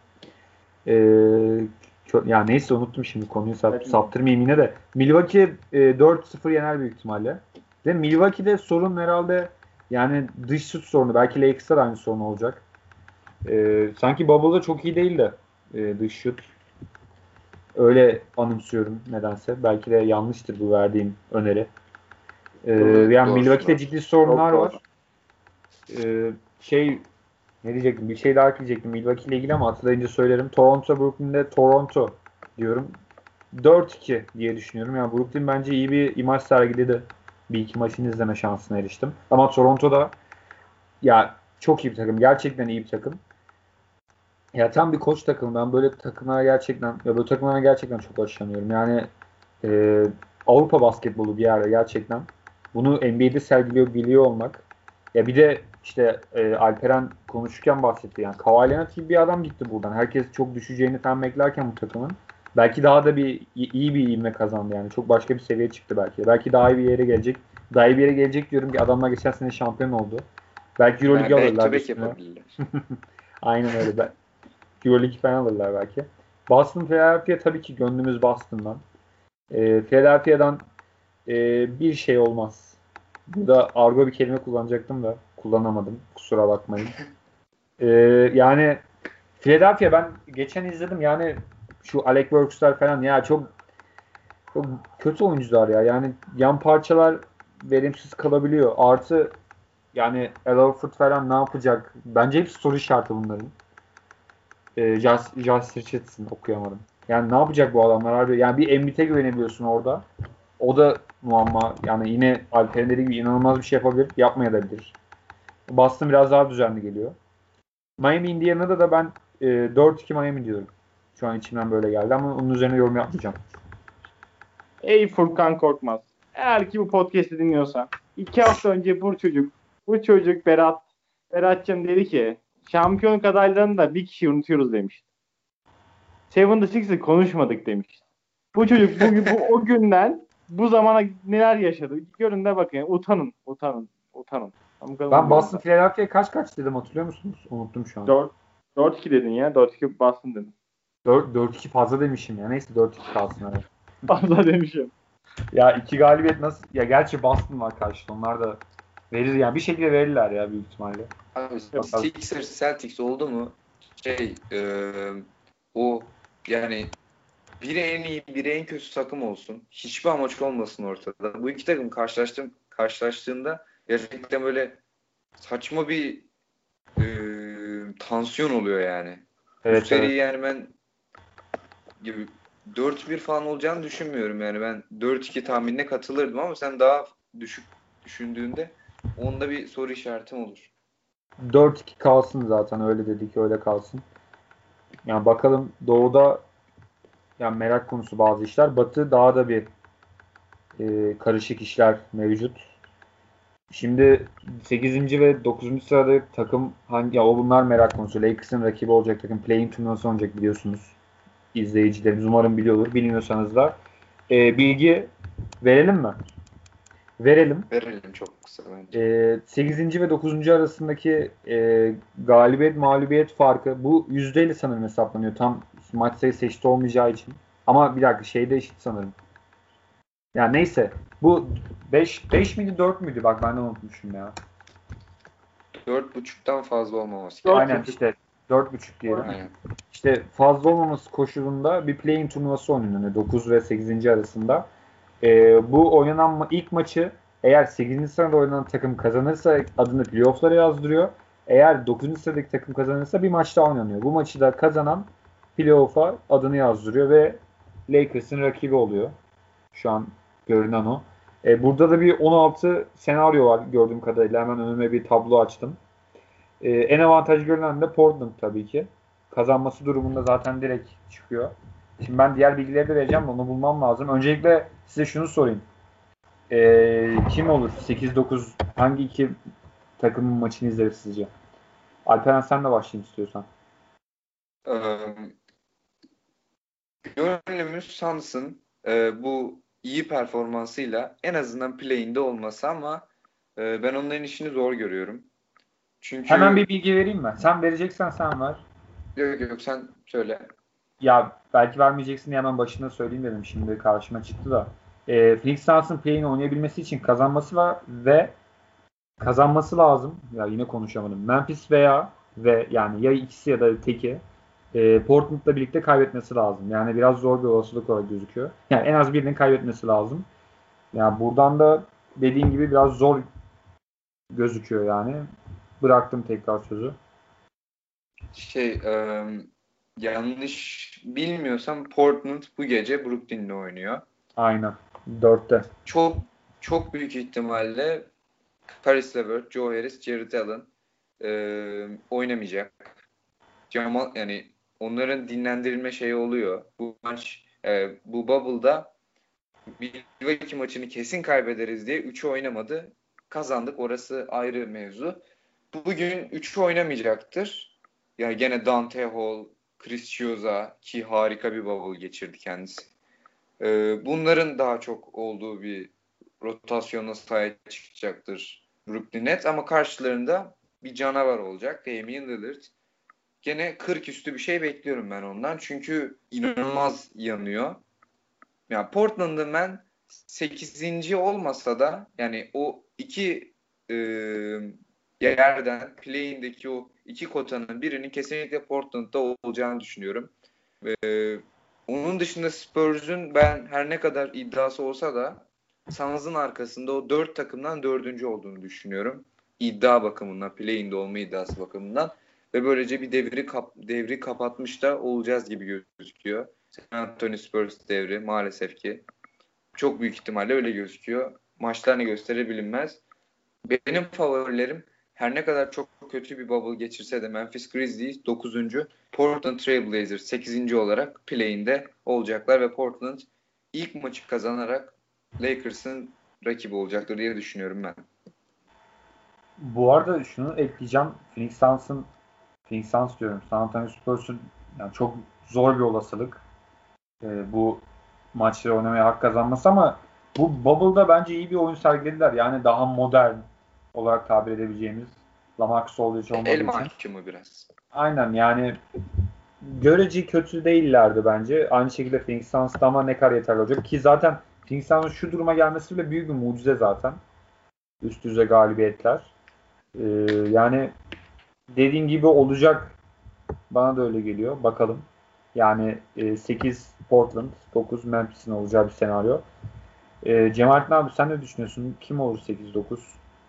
Ya neyse unuttum şimdi konuyu saptırmayayım yine de. Milwaukee 4-0 yener büyük ihtimalle. Ve Milwaukee'de sorun herhalde yani dış şut sorunu. Belki Lakers'ta da aynı sorun olacak. Sanki Bubble'da çok iyi değil de dış şut. Öyle anımsıyorum nedense. Belki de yanlıştır bu verdiğim öneri. Yani Milwaukee'de ciddi sorunlar var. Ne diyecektim? Bir şey daha ekleyecektim Milwaukee ile ilgili ama hatırlayınca söylerim. Toronto, Brooklyn'de Toronto diyorum. 4-2 diye düşünüyorum. Yani Brooklyn bence iyi bir imaj sergiledi. Bir iki maçını izleme şansına eriştim. Ama Toronto'da ya çok iyi bir takım. Gerçekten iyi bir takım. Ya tam bir koç takımı. Ben böyle takımlara gerçekten çok hoşlanıyorum. Yani Avrupa basketbolu bir yerde gerçekten. Bunu NBA'de sergileyebiliyor olmak. Ya bir de işte Alperen konuşurken bahsetti. Yani Kawhi Leonard gibi bir adam gitti buradan. Herkes çok düşeceğini falan beklerken bu takımın. Belki daha da iyi bir ivme kazandı yani. Çok başka bir seviyeye çıktı belki. Belki daha iyi bir yere gelecek. Daha iyi bir yere gelecek diyorum ki adamlar geçen sene şampiyon oldu. Belki Euroleague alırlar. Back to back yapabilirler. Aynen öyle. Euroleague falan alırlar belki. Boston Philadelphia tabii ki gönlümüz Boston'dan. Philadelphia'dan bir şey olmaz. Burada argo bir kelime kullanacaktım da kullanamadım. Kusura bakmayın. Yani Philadelphia ben geçen izledim yani şu Alec Burks'lar falan ya çok kötü oyuncular ya. Yani yan parçalar verimsiz kalabiliyor. Artı Yani Al Horford falan ne yapacak? Bence hepsi soru işareti bunların. Josh Richardson okuyamadım. Yani ne yapacak bu adamlar abi? Yani bir Embiid'e güvenebiliyorsun orada. O da muamma. Yani yine Alper'in dediği gibi inanılmaz bir şey yapabilir. Yapmayabilir. Boston biraz daha düzenli geliyor. Miami Indiana'da da ben 4-2 Miami diyorum. Şu an içimden böyle geldi ama onun üzerine yorum yapmayacağım. Ey Furkan Korkmaz. Eğer ki bu podcast'i dinliyorsan 2 hafta önce bu çocuk Beratcan dedi ki şampiyonluk adaylarını da bir kişi unutuyoruz demişti. Seven the Six'i konuşmadık demişti. Bu çocuk o günden bu zamana neler yaşadı? Görün de bakın. Utanın. Ben Boston Philadelphia'ya kaç dedim hatırlıyor musunuz? Unuttum şu an. 4-2 dedin ya. 4-2 Boston dedin. 4-2 fazla demişim ya. Neyse 4-2 kalsın abi. Fazla demişim. Ya 2 galibiyet nasıl? Ya gerçi Boston var karşıda. Onlar da verir yani. Bir şekilde verirler ya büyük ihtimalle. Abi Sixers Celtics oldu mu o yani biri en iyi biri en kötü takım olsun. Hiçbir amaç olmasın ortada. Bu iki takım karşılaştığında gerçekten böyle saçma bir tansiyon oluyor yani. Evet, Bu seri evet. yani ben gibi 4-1 falan olacağını düşünmüyorum yani. Ben 4-2 tahminine katılırdım ama sen daha düşük düşündüğünde onda bir soru işaretim olur. 4-2 kalsın zaten. Öyle dedik öyle kalsın. Yani bakalım Doğu'da yani merak konusu bazı işler. Batı daha da bir karışık işler mevcut. Şimdi 8. ve 9. sırada takım hangi? Ya o bunlar merak konusu. Lakers'ın rakibi olacak takım. Play-in turnuvası olacak biliyorsunuz. İzleyicilerimiz umarım biliyordur. Bilmiyorsanız da bilgi verelim mi? Verelim. Verelim çok kısa bence. 8. ve 9. arasındaki galibiyet mağlubiyet farkı bu yüzdeyle sanırım hesaplanıyor. Tam maç sayısı eşit olmayacağı için. Ama bir dakika şeyde eşit sanırım. Yani neyse. Bu 5 miydi 4 müydü? Bak ben de unutmuşum ya. 4.5'tan fazla olmaması Dört gerekiyor. Aynen işte 4,5 diyelim. Aynen. İşte fazla olmaması koşulunda bir play-in turnuvası oynanıyor. 9 ve 8. arasında. Bu oynanan ilk maçı eğer 8. sırada oynanan takım kazanırsa adını playoff'lara yazdırıyor. Eğer 9. sıradaki takım kazanırsa bir maç daha oynanıyor. Bu maçı da kazanan playoff'a adını yazdırıyor ve Lakers'ın rakibi oluyor. Şu an görünen o. Burada da bir 16 senaryo var gördüğüm kadarıyla. Hemen önüme bir tablo açtım. En avantaj görülen de Portland tabii ki. Kazanması durumunda zaten direkt çıkıyor. Şimdi ben diğer bilgileri de vereceğim. Onu bulmam lazım. Öncelikle size şunu sorayım. Kim olur? 8-9 hangi iki takımın maçını izleriz sizce? Alperen sen de başlayayım istiyorsan. Gönlümüz Suns'ın bu iyi performansıyla en azından play'inde olması ama ben onların işini zor görüyorum. Çünkü Hemen bir bilgi vereyim mi? Sen vereceksen sen ver. yok sen söyle. Ya belki vermeyeceksin diye hemen başında söyleyeyim dedim. Şimdi karşıma çıktı da. Phoenix Suns'ın play'ini oynayabilmesi için kazanması var ve kazanması lazım. Ya yine konuşamadım. Memphis ve yani ya ikisi ya da teki Portland'la birlikte kaybetmesi lazım. Yani biraz zor bir olasılık olarak gözüküyor. Yani en az birinin kaybetmesi lazım. Yani buradan da dediğin gibi biraz zor gözüküyor yani. Bıraktım tekrar sözü. Yanlış bilmiyorsam Portland bu gece Brooklyn'le oynuyor. Aynen. 4'te. Çok çok büyük ihtimalle Caris LeVert, Joe Harris, Jared Allen oynamayacak. Yani onların dinlendirilme şeyi oluyor. Bu maç bu Bubble'da Milwaukee maçını kesin kaybederiz diye 3'ü oynamadı. Kazandık. Orası ayrı mevzu. Bugün 3'ü oynamayacaktır. Yani gene Dante Hall, Chris Chiozza ki harika bir bubble geçirdi kendisi. Bunların daha çok olduğu bir rotasyona sahaya çıkacaktır Brooklyn Nets ama karşılarında bir canavar olacak. Damian Lillard. Gene 40 üstü bir şey bekliyorum ben ondan. Çünkü inanılmaz yanıyor. Yani Portland'ın ben 8. olmasa da yani o iki yerden play'indeki o iki kotanın birinin kesinlikle Portland'da olacağını düşünüyorum. Onun dışında Spurs'un ben her ne kadar iddiası olsa da Suns'ın arkasında o 4 takımdan 4. olduğunu düşünüyorum. iddia bakımından, play-in'de olma iddiası bakımından ve böylece bir devri kapatmış da olacağız gibi gözüküyor. San Antonio Spurs devri maalesef ki. Çok büyük ihtimalle öyle gözüküyor. Maçlar ne gösterir bilinmez. Benim favorilerim her ne kadar çok kötü bir bubble geçirse de Memphis Grizzlies 9. Portland Trail Blazers 8. olarak play-in'de olacaklar ve Portland ilk maçı kazanarak Lakers'ın rakibi olacaktır diye düşünüyorum ben. Bu arada şunu ekleyeceğim. Phoenix Suns diyorum. San Antonio Spurs'un yani çok zor bir olasılık bu maçları oynamaya hak kazanması ama bu Bubble'da bence iyi bir oyun sergilediler. Yani daha modern olarak tabir edebileceğimiz LaMarcus Aldridge olmadığı El için. mahkumu biraz. Aynen yani görece kötü değillerdi bence. Aynı şekilde Phoenix Suns'ta ama ne kadar yeterli olacak ki zaten Phoenix Suns'ın şu duruma gelmesi bile büyük bir mucize zaten. Üst düzey galibiyetler. Yani dediğin gibi olacak. Bana da öyle geliyor. Bakalım. Yani 8 Portland, 9 Memphis'in olacağı bir senaryo. Cemalettin abi sen ne düşünüyorsun? Kim olur 8-9?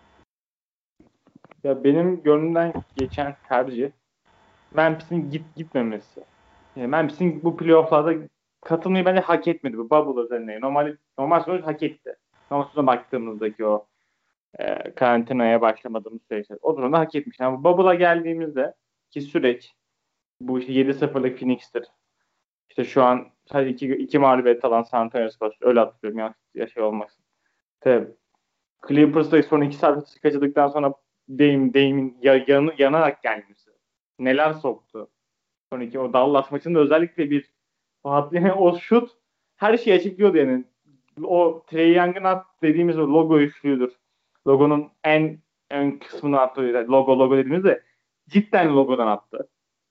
Ya benim gönlümden geçen tercih Memphis'in gitmemesi. Yani Memphis'in bu playoff'larda katılmayı bence hak etmedi bu bubble üzerine. Normal sonuç hak etti. Normal sonuca baktığımızdaki o karantinaya başlamadığımız süreçte. O durumda hak etmiş. Yani bu bubble'a geldiğimizde ki süreç bu işte 7-0'lık Phoenix'tir. İşte şu an sadece iki mağlubiyet alan San Antonio Spurs. Öyle hatırlıyorum ya şey olmasın. Tabii Clippers'ta son 2 saat kaçırdıktan sonra Dame'in yanarak gelmesi. Neler soktu. Sonraki o Dallas maçında özellikle bir yani o şut her şeyi açıklıyordu yani. O Trae Young'ın at dediğimiz o logo üçlüdür. Logonun en ön kısmını attı. Logo dediğimizde cidden logodan attı.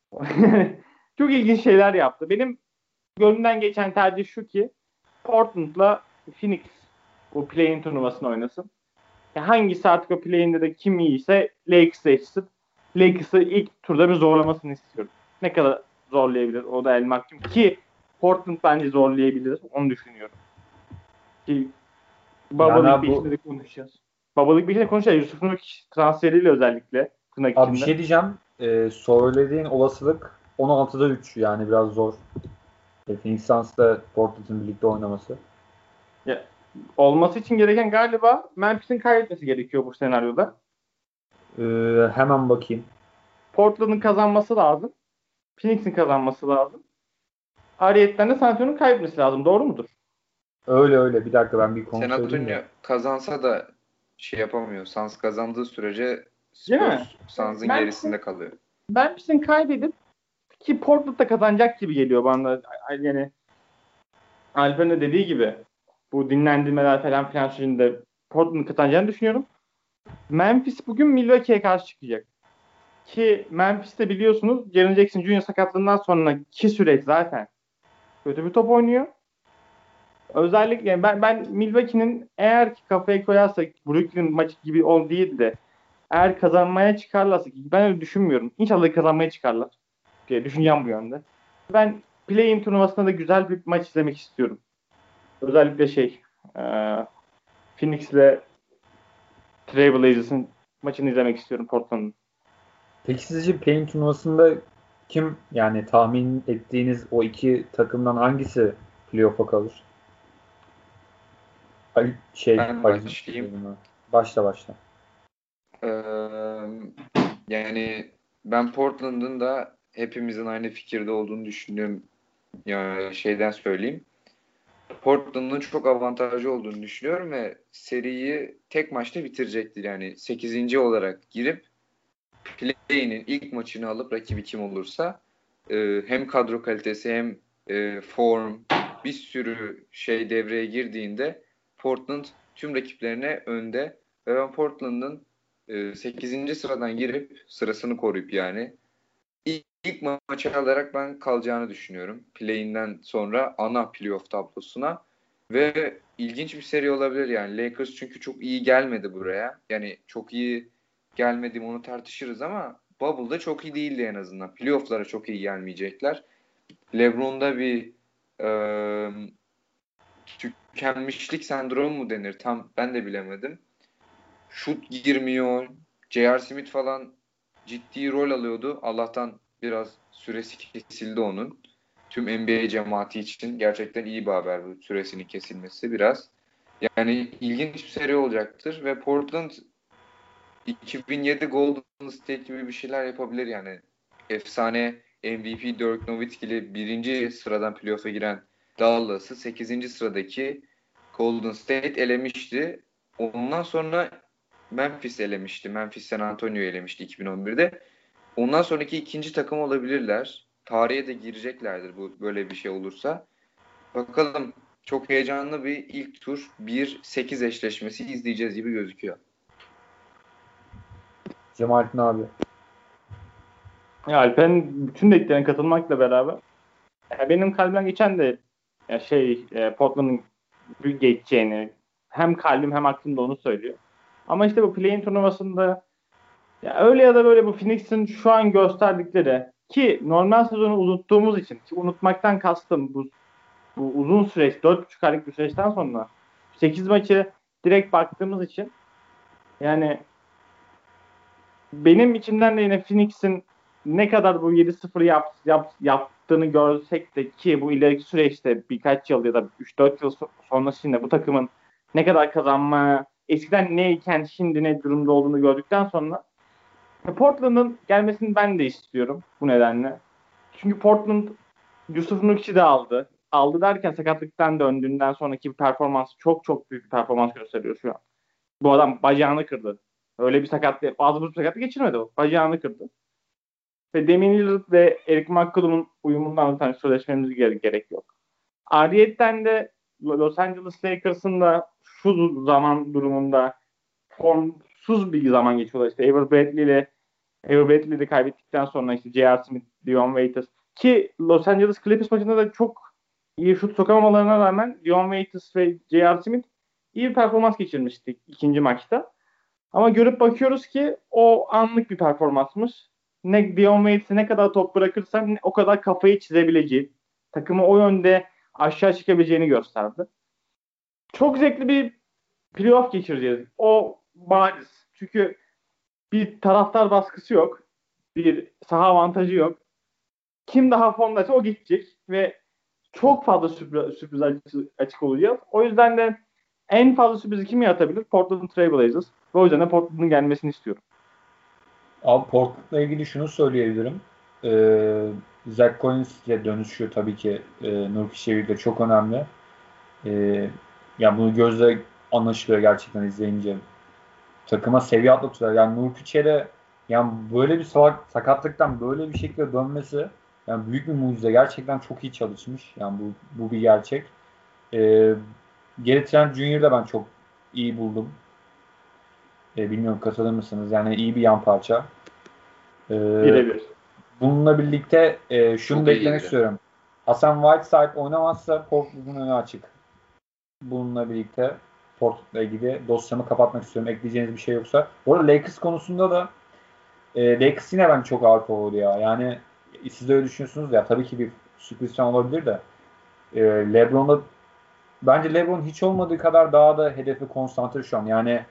Çok ilginç şeyler yaptı. Benim gönlümden geçen tercih şu ki Portland'la Phoenix bu play-in turnuvasını oynasın. Hangisi artık o play-in'de de kim iyiyse Lakers seçsin. Lakers'ı ilk turda bir zorlamasını istiyorum. Ne kadar zorlayabilir o da el mahkum ki Portland bence zorlayabilir. Onu düşünüyorum. Ki Baba League içinde de konuşacağız. Baba League içinde konuşacağız. Yusuf Nurkic transferiyle özellikle tırnak içinde. Abi bir şey diyeceğim. Söylediğin olasılık 16'da 3 yani biraz zor. Phoenix Suns'la Portland'ın birlikte oynaması. Ya, olması için gereken galiba Memphis'in kaybetmesi gerekiyor bu senaryoda. Hemen bakayım. Portland'ın kazanması lazım. Phoenix'in kazanması lazım. Ayrıyetten de San Antonio'nun kaybetmesi lazım. Doğru mudur? Öyle. Bir dakika ben bir San kontrol edeyim Antonio de. kazansa da şey yapamıyor. Suns kazandığı sürece Değil mi? Spurs Suns'ın gerisinde kalıyor. Memphis'in kaybedip ki Portland'da kazanacak gibi geliyor bana. Yani Alper'in de dediği gibi bu dinlendirmeler falan filan sürecinde Portland'ın kazanacağını düşünüyorum. Memphis bugün Milwaukee'ye karşı çıkacak. Ki Memphis'te biliyorsunuz Jaren Jackson Jr. sakatlığından sonraki süreç zaten kötü bir top oynuyor. Özellikle yani ben Milwaukee'nin eğer ki kafaya koyarsak Brooklyn maçı gibi değil de eğer kazanmaya çıkarlarsa ben öyle düşünmüyorum. İnşallah kazanmaya çıkarlar diye düşüneceğim bu yönde. Ben play-in turnuvasında da güzel bir maç izlemek istiyorum. Özellikle Phoenix'le Trail Blazers'ın maçını izlemek istiyorum Portland'ın. Peki sizce play-in turnuvasında kim yani tahmin ettiğiniz o iki takımdan hangisi playoff'a kalır? Ben başlayayım. Başla. Yani ben Portland'ın da hepimizin aynı fikirde olduğunu düşündüğüm yani şeyden söyleyeyim. Portland'ın çok avantajlı olduğunu düşünüyorum ve seriyi tek maçta bitirecektir. Yani 8. olarak girip play-in'in ilk maçını alıp rakibi kim olursa hem kadro kalitesi hem form bir sürü şey devreye girdiğinde Portland tüm rakiplerine önde ve ben Portland'ın 8. sıradan girip sırasını koruyup yani ilk maçı alarak ben kalacağını düşünüyorum. Play-in'den sonra ana playoff tablosuna ve ilginç bir seri olabilir yani. Lakers çünkü çok iyi gelmedi buraya. Yani çok iyi gelmedi mi onu tartışırız ama Bubble'da çok iyi değildi en azından. Playoff'lara çok iyi gelmeyecekler. LeBron'da bir tükenmişlik sendromu mu denir? Tam ben de bilemedim. Şut girmiyor. J.R. Smith falan ciddi rol alıyordu. Allah'tan biraz süresi kesildi onun. Tüm NBA cemaati için gerçekten iyi bir haber bu süresinin kesilmesi biraz. Yani ilginç bir seri olacaktır ve Portland 2007 Golden State gibi bir şeyler yapabilir yani. Efsane MVP Dirk Nowitzki'li birinci sıradan playoff'a giren Dallas'ı 8. sıradaki Golden State elemişti. Ondan sonra Memphis elemişti. Memphis San Antonio'yu elemişti 2011'de. Ondan sonraki ikinci takım olabilirler. Tarihe de gireceklerdir bu böyle bir şey olursa. Bakalım, çok heyecanlı bir ilk tur 1-8 eşleşmesi izleyeceğiz gibi gözüküyor. Cemalettin abi. Ya Alper'in bütün dediklerine katılmakla beraber benim kalbimden geçen de Portland'ın büyük geçeceğini hem kalbim hem aklım da onu söylüyor. Ama işte bu play-in turnuvasında ya öyle ya da böyle bu Phoenix'in şu an gösterdikleri ki normal sezonu unuttuğumuz için ki unutmaktan kastım bu uzun süreç 4,5 aylık bir süreçten sonra 8 maçı direkt baktığımız için yani benim içimden de yine Phoenix'in ne kadar bu 7-0 yaptığını görsek de ki bu ileriki süreçte birkaç yıl ya da 3-4 yıl sonrasında bu takımın ne kadar kazanma eskiden neyken şimdi ne durumda olduğunu gördükten sonra Portland'ın gelmesini ben de istiyorum bu nedenle. Çünkü Portland Yusuf Nurkic'i de aldı. Aldı derken sakatlıktan döndüğünden sonraki bir performans çok çok büyük bir performans gösteriyor şu an. Bu adam bacağını kırdı. Öyle bir sakatlık, bazı bir sakatlık geçirmedi o. Bacağını kırdı. Ve Damian Lillard ve Eric McCollum'un uyumundan zaten sözleşmemiz gerek yok. Ayrıyeten de Los Angeles Lakers'ın da şu zaman durumunda formsuz bir zaman geçiyorlar. İşte Avery Bradley'de kaybettikten sonra işte J.R. Smith, Dion Waiters ki Los Angeles Clippers maçında da çok iyi şut sokamamalarına rağmen Dion Waiters ve J.R. Smith iyi bir performans geçirmişti ikinci maçta. Ama görüp bakıyoruz ki o anlık bir performansmış. Ne Dion Waiters'e ne kadar top bırakırsan o kadar kafayı çizebileceği, takımı o yönde aşağı çekebileceğini gösterdi. Çok zevkli bir playoff geçireceğiz. O bariz. Çünkü bir taraftar baskısı yok. Bir saha avantajı yok. Kim daha formdaysa o gidecek ve çok fazla sürpriz açık olacağız. O yüzden de en fazla sürprizi kim yaratabilir? Portland Trail Blazers. Ve o yüzden de Portland'ın gelmesini istiyorum. Abi Portland'la ilgili şunu söyleyebilirim. Zach Collins'e dönüşü tabii ki Nurkic'le çok önemli. Yani bunu gözle anlaşılıyor gerçekten izleyince. Takıma seviye atlatıyorlar. Yani Nurkic'e de yani böyle bir sakatlıktan böyle bir şekilde dönmesi yani büyük bir mucize. Gerçekten çok iyi çalışmış. Yani bu bir gerçek. Gary Trent Jr. da ben çok iyi buldum. Bilmiyorum katılır mısınız? Yani iyi bir yan parça. Birebir. Bununla birlikte şunu Çok da iyi eklemek yedi. istiyorum. Hasan Whiteside oynamazsa Portland'ın önü açık. Bununla birlikte Portland'la ilgili dosyamı kapatmak istiyorum. Ekleyeceğiniz bir şey yoksa. Bu arada Lakers konusunda da Lakers yine ben çok ağır favori ya. Yani siz de öyle düşünüyorsunuz ya. Tabii ki bir sürpriz falan olabilir de LeBron'da bence LeBron hiç olmadığı kadar daha da hedefe konsantre şu an. Yani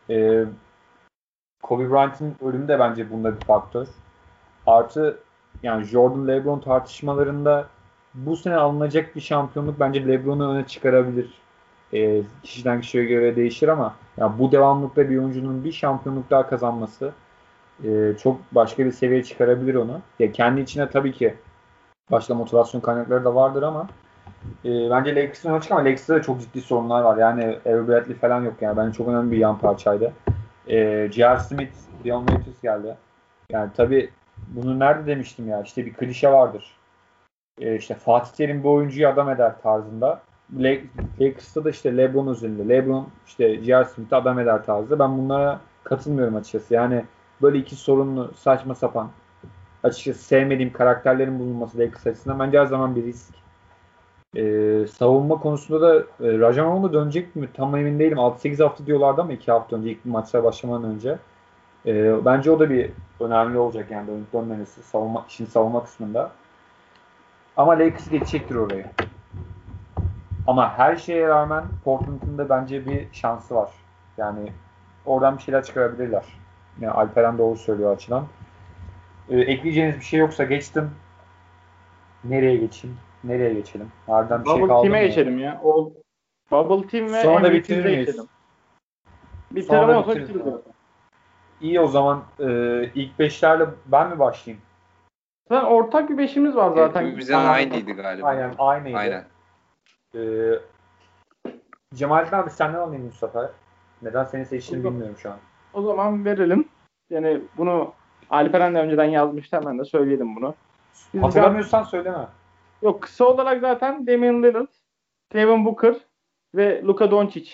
Kobe Bryant'ın ölümü de bence bunda bir faktör. Artı yani Jordan LeBron tartışmalarında bu sene alınacak bir şampiyonluk bence LeBron'u öne çıkarabilir. Kişiden kişiye göre değişir ama yani bu devamlılıkta bir oyuncunun bir şampiyonluk daha kazanması çok başka bir seviyeye çıkarabilir onu. Ya kendi içine tabii ki başka motivasyon kaynakları da vardır ama bence Lakers'ın öne çıkar ama Lakers'ta da çok ciddi sorunlar var. Yani Avery Bradley falan yok yani. Bence çok önemli bir yan parçaydı. J.R. Smith, Dion Waiters geldi. Yani tabii bunu nerede demiştim ya? İşte bir klişe vardır. İşte Fatih Terim bu oyuncuyu adam eder tarzında. Lakers'ta da işte LeBron özelinde. LeBron işte J.R. Smith'i adam eder tarzında. Ben bunlara katılmıyorum açıkçası. Yani böyle iki sorunlu, saçma sapan, açıkçası sevmediğim karakterlerin bulunması Lakers açısından bence her zaman bir risk. Savunma konusunda da Rajon Rondo dönecek mi? Tam emin değilim. 6-8 hafta diyorlardı ama 2 hafta önce ilk maçlar başlamadan önce. Bence o da bir önemli olacak yani dönmemesi savunma kısmında. Ama Lakers geçecektir orayı. Ama her şeye rağmen Portland'ın da bence bir şansı var. Yani oradan bir şeyler çıkarabilirler. Yani Alperen doğru söylüyor o açıdan. Ekleyeceğiniz bir şey yoksa geçtim. Nereye geçeyim? Nereye geçelim? Harbiden bir şey Bubble kaldı Team'e mı? geçelim ya. O Bubble Team ve Sonra da bitirir MVP'de miyiz? geçelim. Sonra Bitirelim da olsa bitiririz. bitiririz zaten. İyi o zaman ilk beşlerle ben mi başlayayım? Zaten ortak bir beşimiz var zaten. Hepimizden aynıydı galiba. Aynen aynıydı. Aynen. Ee, Cemalettin abi senden alayım bu sefer. Neden seni seçtiğimi bilmiyorum şu an. O zaman verelim. Yani bunu Alperen de önceden yazmıştı, hemen de söyleyelim bunu. Hatırlamıyorsan söyleme. Yok, kısa olarak zaten Damian Lillard, Devin Booker ve Luka Doncic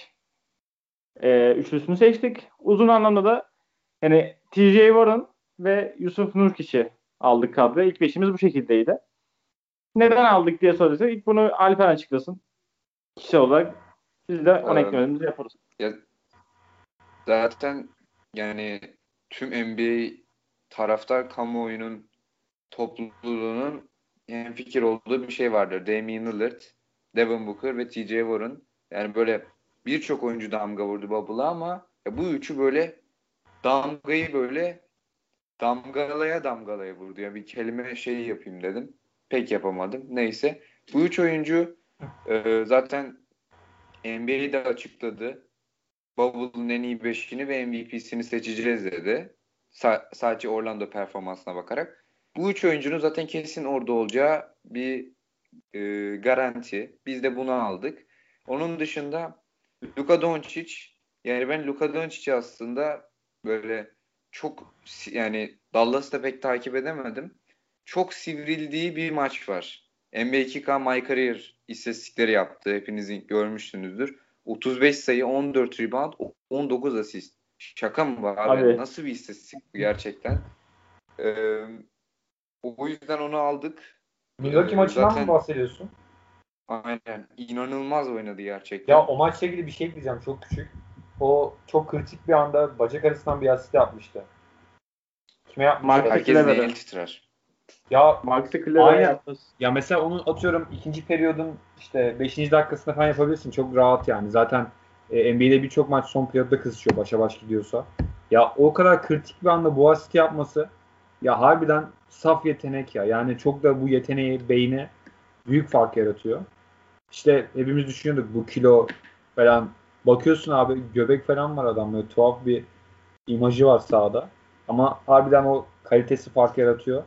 üçlüsünü seçtik. Uzun anlamda da yani TJ Warren ve Yusuf Nurkic'i aldık kadroya. İlk beşimiz bu şekildeydi. Neden aldık diye sorarsak ilk bunu Alperen açıklasın. Kişi olarak biz de ona eklememizi yaparız. Ya, zaten yani tüm NBA taraftar kamuoyunun topluluğunun hemfikir olduğu bir şey vardır. Damian Lillard, Devin Booker ve TJ Warren. Yani böyle birçok oyuncu damga vurdu Bubble'a ama ya bu üçü böyle damgayı böyle damgalaya vurdu. Ya bir kelime şeyi yapayım dedim. Pek yapamadım. Neyse. Bu üç oyuncu zaten NBA'de açıkladı. Bubble'ın en iyi beşini ve MVP'sini seçeceğiz dedi. Sadece Orlando performansına bakarak. Bu üç oyuncunun zaten kesin orada olacağı bir garanti. Biz de bunu aldık. Onun dışında Luka Doncic, yani ben Luka Doncic'i aslında böyle çok, yani Dallas'ta pek takip edemedim. Çok sivrildiği bir maç var. NBA 2K My Career istatistikleri yaptı. Hepiniz görmüşsünüzdür. 35 sayı, 14 rebound, 19 asist. Şaka mı var abi? Abi. Nasıl bir istatistik bu gerçekten? O yüzden onu aldık. Milwaukee maçından zaten mı bahsediyorsun? aynen. İnanılmaz oynadı gerçekten. Ya o maçla ilgili bir şey diyeceğim, çok küçük. O çok kritik bir anda bacak arasından bir asist yapmıştı. Kime yapmıştı? Herkesin eli titrer. Ya Maxi Clever'a aynen. yapmış. Ya mesela onu atıyorum ikinci periyodun işte 5. dakikasında falan yapabilirsin. Çok rahat yani. Zaten NBA'de birçok maç son periyotta kızışıyor başa baş gidiyorsa. Ya o kadar kritik bir anda bu asist yapması ya harbiden saf yetenek ya. Yani çok da bu yeteneği beyne büyük fark yaratıyor. İşte hepimiz düşünüyorduk bu kilo falan. Bakıyorsun abi göbek falan var adam, böyle tuhaf bir imajı var sahada. Ama harbiden o kalitesi fark yaratıyor.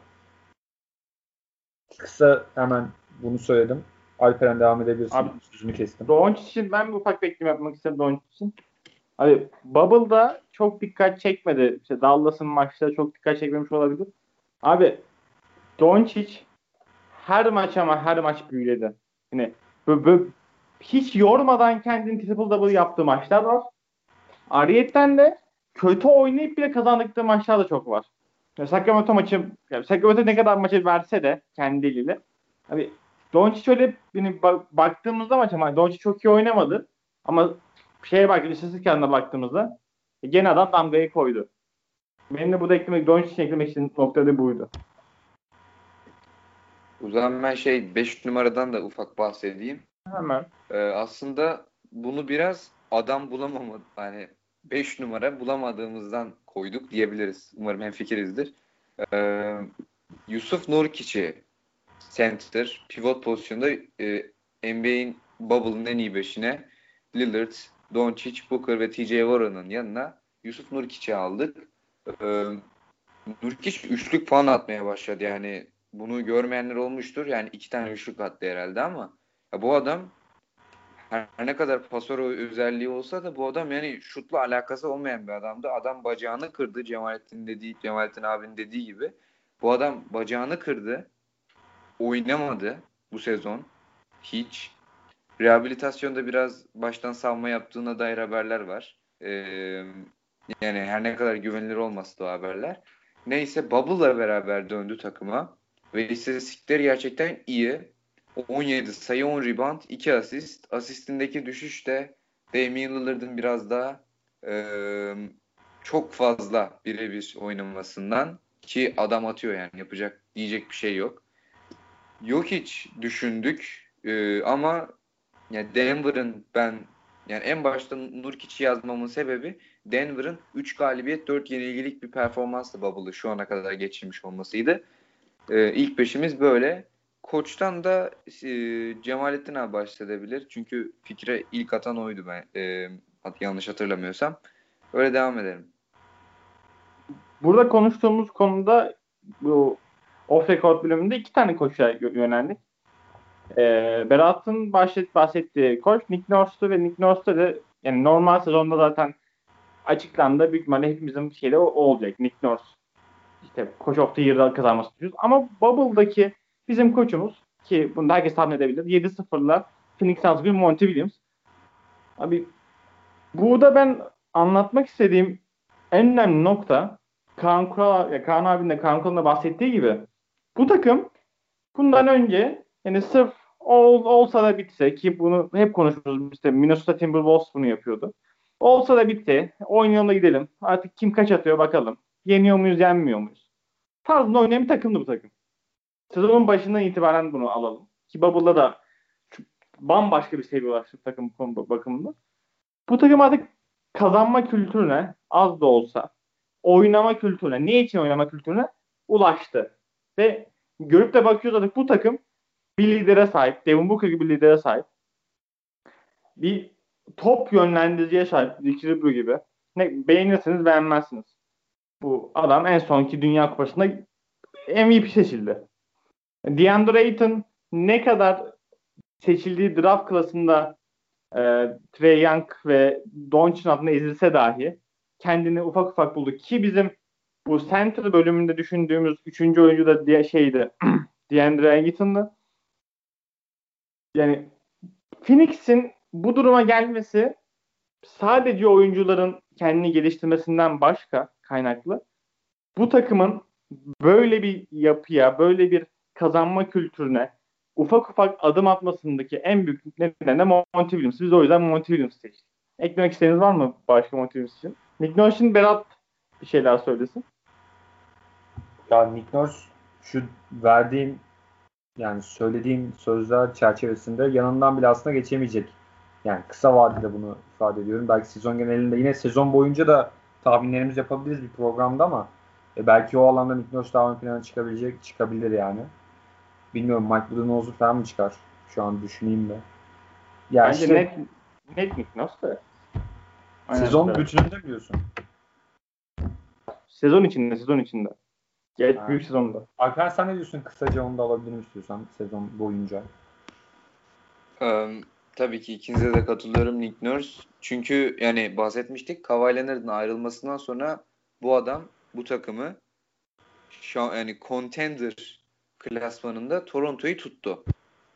Kısa hemen bunu söyledim. Alperen devam edebilirsin. Abi, Sözünü kestim. Doncic için ben bir ufak bir ekleme yapmak istedim Doncic için. Abi Bubble'da çok dikkat çekmedi. İşte Dallas'ın maçta çok dikkat çekmemiş olabilir. Abi Doncic her maç ama her maç büyüledi. Yine böyle hiç yormadan kendini triple double yaptığı maçlar var. Ayrıyeten de kötü oynayıp bile kazandıkları maçlar da çok var. Yani Sacramento maçı, yani Sacramento ne kadar maçı verse de kendi eliyle. Abi Doncic öyle yani baktığımızda maça ama Doncic çok iyi oynamadı. Ama şeye bak, istatistik yanına baktığımızda gene adam damgayı koydu. Benim de burada Doncic'in eklemek istediğim nokta da buydu. O zaman ben 5 numaradan da ufak bahsedeyim. Hemen. Aslında bunu biraz adam bulamamadı. Yani 5 numara bulamadığımızdan koyduk diyebiliriz. Umarım hemfikirizdir. Yusuf Nurkic'i center, pivot pozisyonda NBA'in Bubble'ın en iyi beşine Lillard, Doncic, Booker ve TJ Warren'ın yanına Yusuf Nurkic'i aldık. Nurkic üçlük falan atmaya başladı. Yani bunu görmeyenler olmuştur. Yani 2 tane üçlük attı herhalde ama ya bu adam her ne kadar pasör özelliği olsa da bu adam yani şutla alakası olmayan bir adamdı. Adam bacağını kırdı. Cemalettin abinin dediği gibi. Bu adam bacağını kırdı. Oynamadı bu sezon. Hiç. Rehabilitasyonda biraz baştan savunma yaptığına dair haberler var. Yani her ne kadar güvenilir olmasa da o haberler. Neyse Bubble'la beraber döndü takıma. Ve istatistikleri gerçekten iyi. 17 sayı, 10 rebound, 2 asist. Asistindeki düşüş de Damian Lillard'ın biraz daha çok fazla birebir oynamasından, ki adam atıyor yani, yapacak diyecek bir şey yok. Jokic düşündük ama yani Denver'ın ben Yani en başta Nurkic'i yazmamın sebebi Denver'ın 3 galibiyet 4 yenilgilik bir performansla Bubble'ı şu ana kadar geçirmiş olmasıydı. İlk beşimiz böyle. Koç'tan da Cemalettin abi başlayabilir. Çünkü fikre ilk atan oydu ben. Yanlış hatırlamıyorsam. Öyle devam edelim. Burada konuştuğumuz konuda bu off record bölümünde 2 tane koça yöneldik. Berat'ın bahsettiği koç Nick Nurse'tu ve Nick Nurse'da da yani normal sezonda zaten açıklandı. Büyük ihtimalle hepimizin şeyde o olacak. Nick Nurse işte Coach of the Year'da kazanması istiyoruz. Ama Bubble'daki bizim koçumuz ki bunu da herkes tahmin edebilir. 7-0'la Phoenix Suns gibi Monty Williams. Abi burada ben anlatmak istediğim en önemli nokta Kaan abinin de Kaan Kural'ın da bahsettiği gibi bu takım bundan önce yani sırf olsa da bitse ki bunu hep konuşuyoruz işte Minnesota Timberwolves bunu yapıyordu. Olsa da bitti. Oynayalım da gidelim. Artık kim kaç atıyor bakalım. Yeniyor muyuz yenmiyor muyuz? Tarzında oynayan bir takımdı bu takım. Sezonun başından itibaren bunu alalım. Ki Bubble'da da bambaşka bir seviye ulaştı takım bakımında. Bu takım artık kazanma kültürüne az da olsa oynama kültürüne, ne için oynama kültürüne ulaştı. Ve görüp de bakıyoruz artık bu takım bir lidere sahip. Devin Booker gibi bir lidere sahip. Bir top yönlendiriciye sahip. Ricky Rubio gibi. Ne, beğenirsiniz beğenmezsiniz. Bu adam en sonki Dünya Kupası'nda MVP seçildi. DeAndre Ayton ne kadar seçildiği draft klasında Trae Young ve Doncic'in altında ezilse dahi kendini ufak ufak buldu. Ki bizim bu center bölümünde düşündüğümüz 3. oyuncu da şeydi DeAndre Ayton'dı. Yani Phoenix'in bu duruma gelmesi sadece oyuncuların kendini geliştirmesinden başka kaynaklı. Bu takımın böyle bir yapıya, böyle bir kazanma kültürüne ufak ufak adım atmasındaki en büyük neden de Monty Williams. Biz o yüzden Monty Williams seçtik. Eklemek istediğiniz var mı başka Monty Williams için? Nick Nurse'ın Berat bir şeyler söylesin. Ya Nick Nurse şu verdiğin yani söylediğin sözler çerçevesinde yanından bile aslında geçemeyecek. Yani kısa vadede bunu ifade ediyorum. Belki sezon genelinde yine sezon boyunca da tahminlerimizi yapabiliriz bir programda ama belki o alanda Nick Nurse daha ön plana çıkabilir yani. Bilmiyorum Mike Budenholzer falan mı çıkar? Şu an düşüneyim de. Ya Bence işte net Nick Nurse da. sezon bütününde mi diyorsun? Sezon içinde. Ha. Büyük sezonda. Alper sen ne diyorsun? Kısaca onu da alabilirim istiyorsan sezon boyunca. Tabii ki ikinize de katılıyorum Nick Nurse. Çünkü yani bahsetmiştik Kawhi Leonard'ın ayrılmasından sonra bu adam bu takımı yani contender klasmanında Toronto'yu tuttu.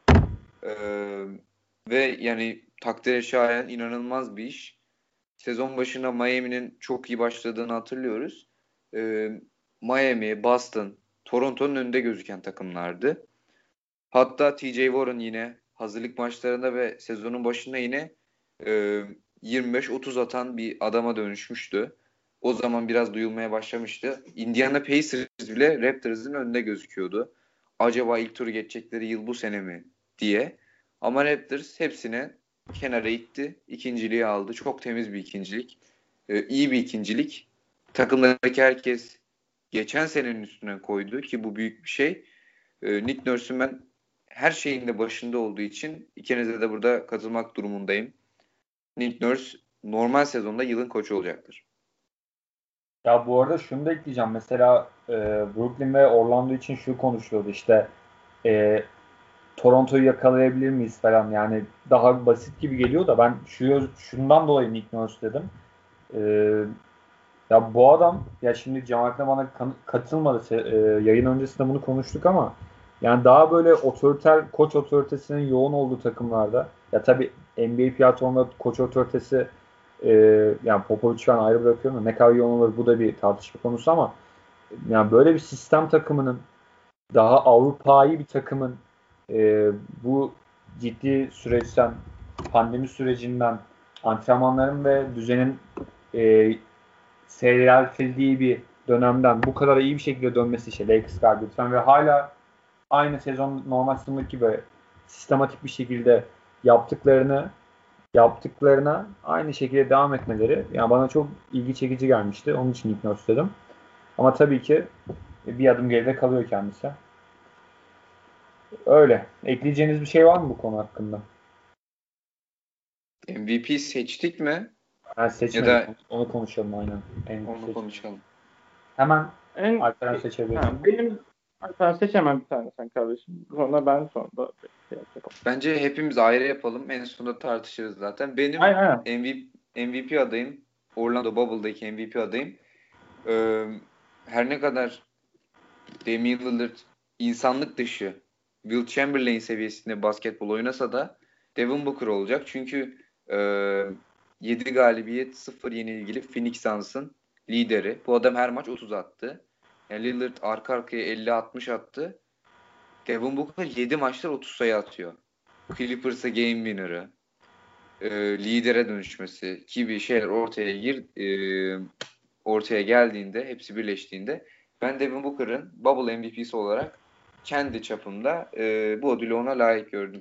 Ve yani takdire şayan inanılmaz bir iş. Sezon başında Miami'nin çok iyi başladığını hatırlıyoruz. Miami, Boston, Toronto'nun önünde gözüken takımlardı. Hatta TJ Warren yine hazırlık maçlarında ve sezonun başında yine 25-30 atan bir adama dönüşmüştü. O zaman biraz duyulmaya başlamıştı. Indiana Pacers bile Raptors'ın önünde gözüküyordu. Acaba ilk turu geçecekleri yıl bu sene mi diye. Ama Raptors hepsine kenara itti. İkinciliği aldı. Çok temiz bir ikincilik. İyi bir ikincilik. Takımdaki herkes geçen senenin üstüne koydu ki bu büyük bir şey. Nick Nurse'un ben her şeyin de başında olduğu için ikinize de burada katılmak durumundayım. Nick Nurse normal sezonda yılın koçu olacaktır. Ya bu arada şunu da ekleyeceğim. Mesela Brooklyn ve Orlando için şu konuşuluyordu işte Toronto'yu yakalayabilir miyiz falan. Yani daha basit gibi geliyor da ben şundan dolayı Nick Nurse dedim. E, Ya bu adam ya şimdi Cemal'le bana katılmadı. Yayın öncesinde bunu konuştuk ama yani daha böyle koç otoritesinin yoğun olduğu takımlarda ya tabii NBA platformunda koç otoritesi e, yani Popovic falan ayrı bırakıyorum da ne kadar yoğun olur bu da bir tartışma konusu ama yani böyle bir sistem takımının daha Avrupa'yı bir takımın bu ciddi süreçten pandemi sürecinden antrenmanların ve düzenin e, seyreltildiği bir dönemden bu kadar iyi bir şekilde dönmesi işte Lakers galibiyeti falan ve hala aynı sezon normal sezondaki gibi sistematik bir şekilde yaptıklarını yaptıklarına aynı şekilde devam etmeleri yani bana çok ilgi çekici gelmişti. Onun için Nick Nurse dedim. Ama tabii ki bir adım geride kalıyor kendisi. Öyle. Ekleyeceğiniz bir şey var mı bu konu hakkında? MVP seçtik mi? Ben Ya seçmedik. da Onu konuşalım aynen. onu konuşalım. Hemen En Alperen seçebilir. benim sen seçemem bir tane sen kardeşim. Sonra ben sonra da şey yapalım. Bence hepimiz ayrı yapalım. En sonunda tartışırız zaten. Benim Aynen. MVP adayım. Orlando Bubble'daki MVP adayım. Her ne kadar Damian Lillard insanlık dışı Will Chamberlain seviyesinde basketbol oynasa da Devin Booker olacak. Çünkü 7 galibiyet 0 yenilgili Phoenix Suns'ın lideri. Bu adam her maç 30 attı. Yani Lillard arka arkaya 50-60 attı. Devin Booker 7 maçlar 30 sayı atıyor. Clippers'a game winner'ı, lidere dönüşmesi gibi şeyler ortaya geldiğinde, hepsi birleştiğinde ben Devin Booker'ın Bubble MVP'si olarak kendi çapımda bu ödülü ona layık gördüm.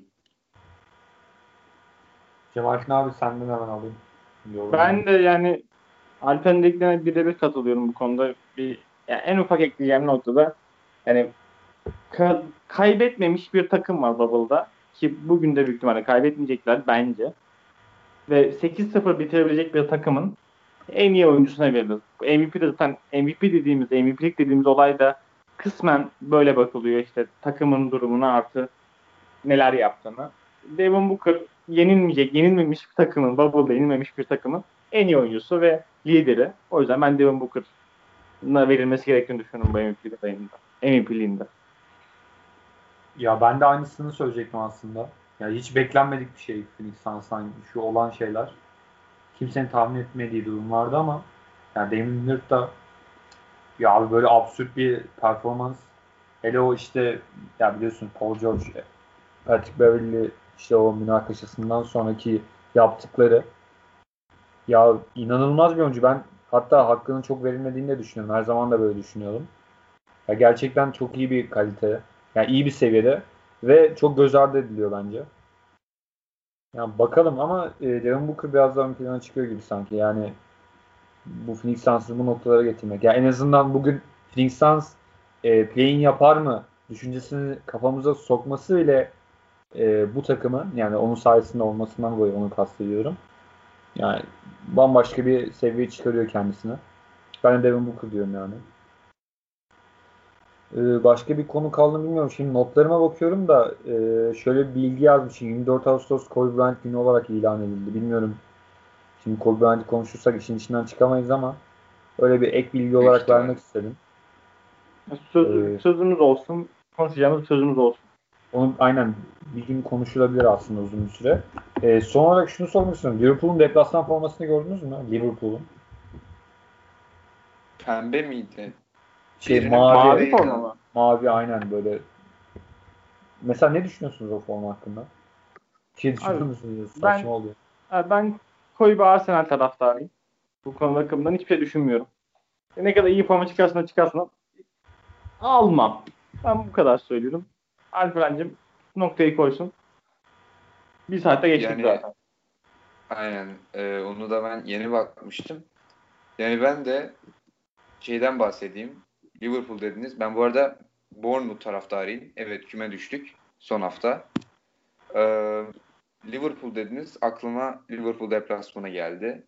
Cemalettin abi senden hemen alayım. Ben de yani Alper'in dediklerine birebir katılıyorum bu konuda. Yani en ufak ekleyeceğim noktada yani kaybetmemiş bir takım var Bubble'da ki bugün de büyük ihtimalle kaybetmeyecekler bence. Ve 8-0 bitirebilecek bir takımın en iyi oyuncusuna verilir. MVP de zaten MVP'lik dediğimiz olay da kısmen böyle bakılıyor işte takımın durumuna artı neler yaptığını. Devin Booker yenilmemiş bir takımın, Bubble'da yenilmemiş bir takımın en iyi oyuncusu ve lideri. O yüzden ben Devin Booker'a verilmesi gerektiiğini düşünüyorum bu MVP'liğinde. Ya ben de aynısını söyleyecektim aslında. Ya hiç beklenmedik bir şey Phoenix Suns'tan şu olan şeyler. Kimsenin tahmin etmediği durumlardı ama yani Damian Lillard da ya abi böyle absürt bir performans. Hele o işte ya biliyorsun Paul George, Patrick Beverley işte o münakaşasından sonraki yaptıkları ya inanılmaz bir oyuncu. Ben hatta hakkının çok verilmediğini de düşünüyorum. Her zaman da böyle düşünüyordum. Ya gerçekten çok iyi bir kalite. Yani iyi bir seviyede ve çok göz ardı ediliyor bence. Yani bakalım ama Devin Booker biraz daha ön plana çıkıyor gibi sanki. Yani bu Phoenix Suns'ı bu noktalara getirmek. Ya en azından bugün Phoenix Suns play-in yapar mı düşüncesini kafamıza sokması bile bu takımın yani onun sayesinde olmasından dolayı onu kastediyorum. Yani bambaşka bir seviyeye çıkarıyor kendisini. Ben de Devin Booker diyorum yani. Başka bir konu kaldı mı bilmiyorum. Şimdi notlarıma bakıyorum da şöyle bir bilgi yazmışım. 24 Ağustos Kobe Bryant günü olarak ilan edildi. Bilmiyorum. Şimdi Kobe Bryant'ı konuşursak işin içinden çıkamayız ama öyle bir ek bilgi Büyük olarak ihtimal. vermek istedim. Sözümüz olsun, konuşacağımız sözümüz olsun. Onu aynen bir gün konuşulabilir aslında uzun bir süre. Son olarak şunu sormak istiyorum. Liverpool'un deplasman formasını gördünüz mü? Liverpool'un. Pembe miydi? Mavi. Mavi forma mı? Mavi aynen böyle. Mesela ne düşünüyorsunuz o forma hakkında? Bir şey düşünüyor Abi, musunuz? ben Saçma oluyor. ben koyu bir Arsenal taraftarıyım. Bu konu bakımından hiçbir şey düşünmüyorum. Ne kadar iyi forma çıkarsın almam. Ben bu kadar söylüyorum. Alperen'cim noktayı koysun. Bir saatte geçtik Yani zaten. aynen. Onu da ben yeni bakmıştım. Yani ben de şeyden bahsedeyim. Liverpool dediniz. Ben bu arada Bournemouth taraftarıyım. Evet, küme düştük son hafta. Liverpool dediniz. Aklıma Liverpool deplasmanı geldi.